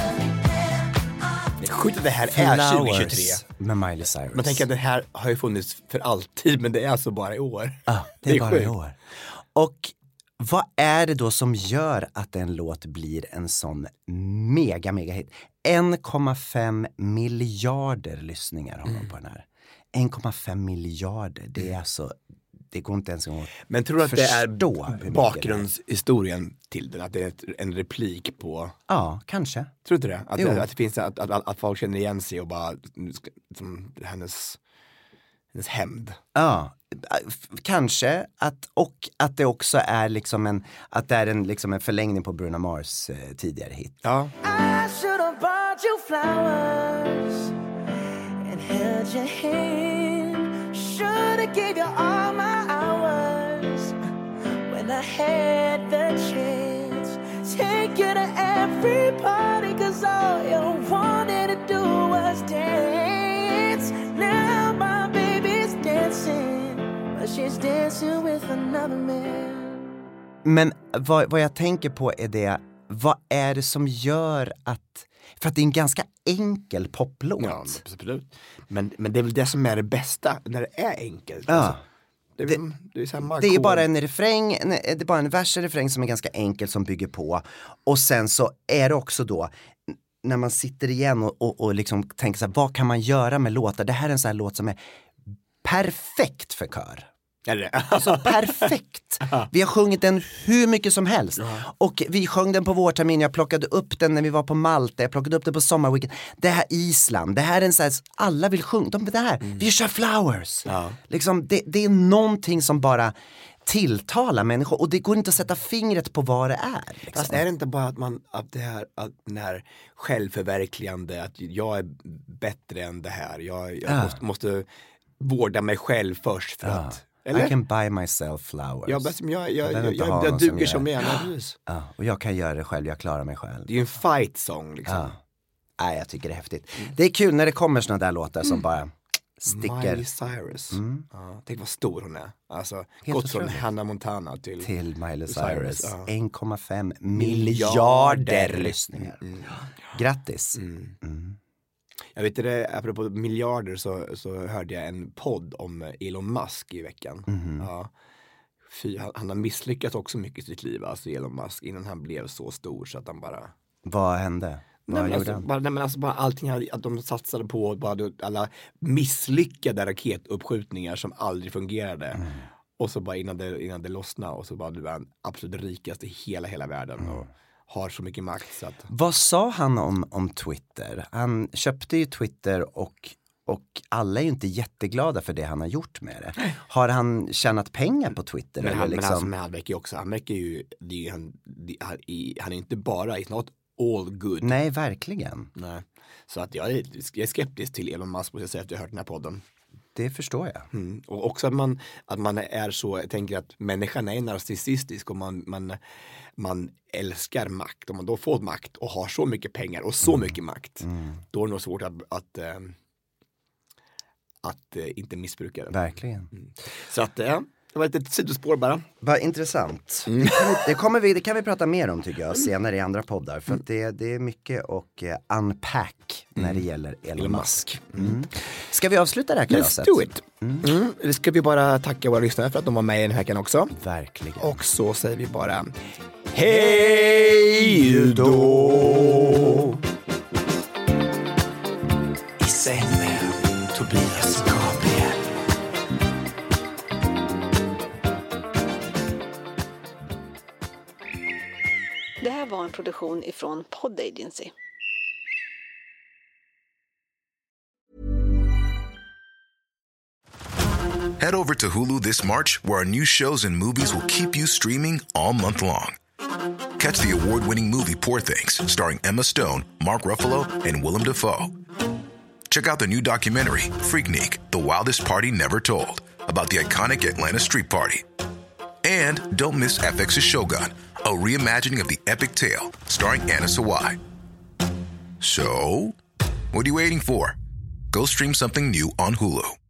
Det är sjukt att det här är tjugo tjugotre. Med Miley Cyrus. Man tänker att det här har ju funnits för alltid, men det är alltså bara i år. Ja, det är, det är bara sjukt. I år. Och vad är det då som gör att en låt blir en sån mega, mega hit? en komma fem miljarder lyssningar har man mm. på den här. en komma fem miljarder, det är alltså, det går inte ens att Men tror du att det är bakgrundshistorien det till den? Att det är en replik på... Ja, kanske. Tror du det? Att, det, att det finns att, att, att folk känner igen sig och bara som hennes, hennes hämnd. Ja, kanske. Att, och att det också är liksom en, att det är en, liksom en förlängning på Bruno Mars eh, tidigare hit. Ja. I should have bought you flowers and held your hand. Should have gave you all my hours when I had the chance. Take you to every party, cause all you wanted to do was dance. Now my baby's dancing, but she's dancing with another man. Men vad, vad jag tänker på är det, vad är det som gör att, för att det är en ganska enkel poplåt. Ja, absolut. Men, men det är väl det som är det bästa, när det är enkelt. Ja. Alltså. Det är, det, det, är samma det är bara en refräng, det är bara en vers och refräng som är ganska enkel som bygger på. Och sen så är det också då, när man sitter igen och, och, och liksom tänker så här, vad kan man göra med låtar? Det här är en sån här låt som är perfekt för kör. Är det? Alltså perfekt. Vi har sjungit den hur mycket som helst. Ja. Och vi sjöng den på vårtermin. Jag plockade upp den när vi var på Malta. Jag plockade upp den på sommarweekend. Det här Island. Det här är en sån här, alla vill sjunga. De, det här, mm. vi kör Flowers. Ja. Liksom, det, det är någonting som bara tilltalar människor. Och det går inte att sätta fingret på vad det är. Liksom. Fast är det inte bara att man, att det här, att den här självförverkligande, att jag är bättre än det här. Jag, jag ja. måste, måste vårda mig själv först för ja. att Eller? I can buy myself flowers. Ja, men jag, jag, jag, jag, jag duger som jag är. Ja, och jag kan göra det själv, jag klarar mig själv. Det är ju en fight song liksom. Ja. Nej, jag tycker det är häftigt. Mm. Det är kul när det kommer såna där låtar som mm. bara sticker. Miley Cyrus. Mm. Ja, tänk vad stor hon är. Alltså, gått från Hannah Montana till... Till Miley Cyrus. Cyrus. Ja. en komma fem miljarder lyssningar. Mm. Grattis. Mm. Mm. Jag vet inte, apropå miljarder så, så hörde jag en podd om Elon Musk i veckan. Mm. Ja. Fy, han, han har misslyckats också mycket i sitt liv, alltså Elon Musk, innan han blev så stor så att han bara... Vad hände? Vad nej, gjorde alltså, han? bara, nej, men alltså bara allting hade, att de satsade på bara, alla misslyckade raketuppskjutningar som aldrig fungerade. Mm. Och så bara innan det, innan det lossnade och så bara du är den absolut rikaste i hela, hela världen mm. och har så mycket makt. Så att... Vad sa han om, om Twitter? Han köpte ju Twitter och, och alla är ju inte jätteglada för det han har gjort med det. Har han tjänat pengar på Twitter? Men eller han, liksom? men alltså, men han verkar ju också, han verkar ju, det är ju han, det, han, han är inte bara, it's not all good. Nej, verkligen. Nej. Så att jag är, jag är skeptisk till Elon Musk, måste jag säga, efter jag hört den här podden. Det förstår jag. Mm. Och också att man, att man är så, jag tänker att människan är narcissistisk och man, man, man älskar makt. Om man då får makt och har så mycket pengar och så mm. mycket makt, mm. då är det nog svårt att, att, att, att inte missbruka det. Verkligen. Mm. Så att, ja. Det var ett litet sidospår bara. Vad intressant. Mm. Det, kan vi, det, kommer vi, det kan vi prata mer om tycker jag senare i andra poddar. För att det, det är mycket att uh, unpack när mm. det gäller Elon Musk. Mm. Ska vi avsluta det här kalaset? Let's do it. Mm. Mm. Det ska vi bara tacka våra lyssnare för att de var med i den här veckan också. Verkligen. Och så säger vi bara hej då! I säng med Tobias Gabriel. Det här var en produktion ifrån Pod Agency. Head over to Hulu this March, where our new shows and movies will keep you streaming all month long. Catch the award-winning movie Poor Things, starring Emma Stone, Mark Ruffalo, and Willem Dafoe. Check out the new documentary, Freaknik, The Wildest Party Never Told, about the iconic Atlanta Street Party. And don't miss F X's Shogun, a reimagining of the epic tale starring Anna Sawai. So, what are you waiting for? Go stream something new on Hulu.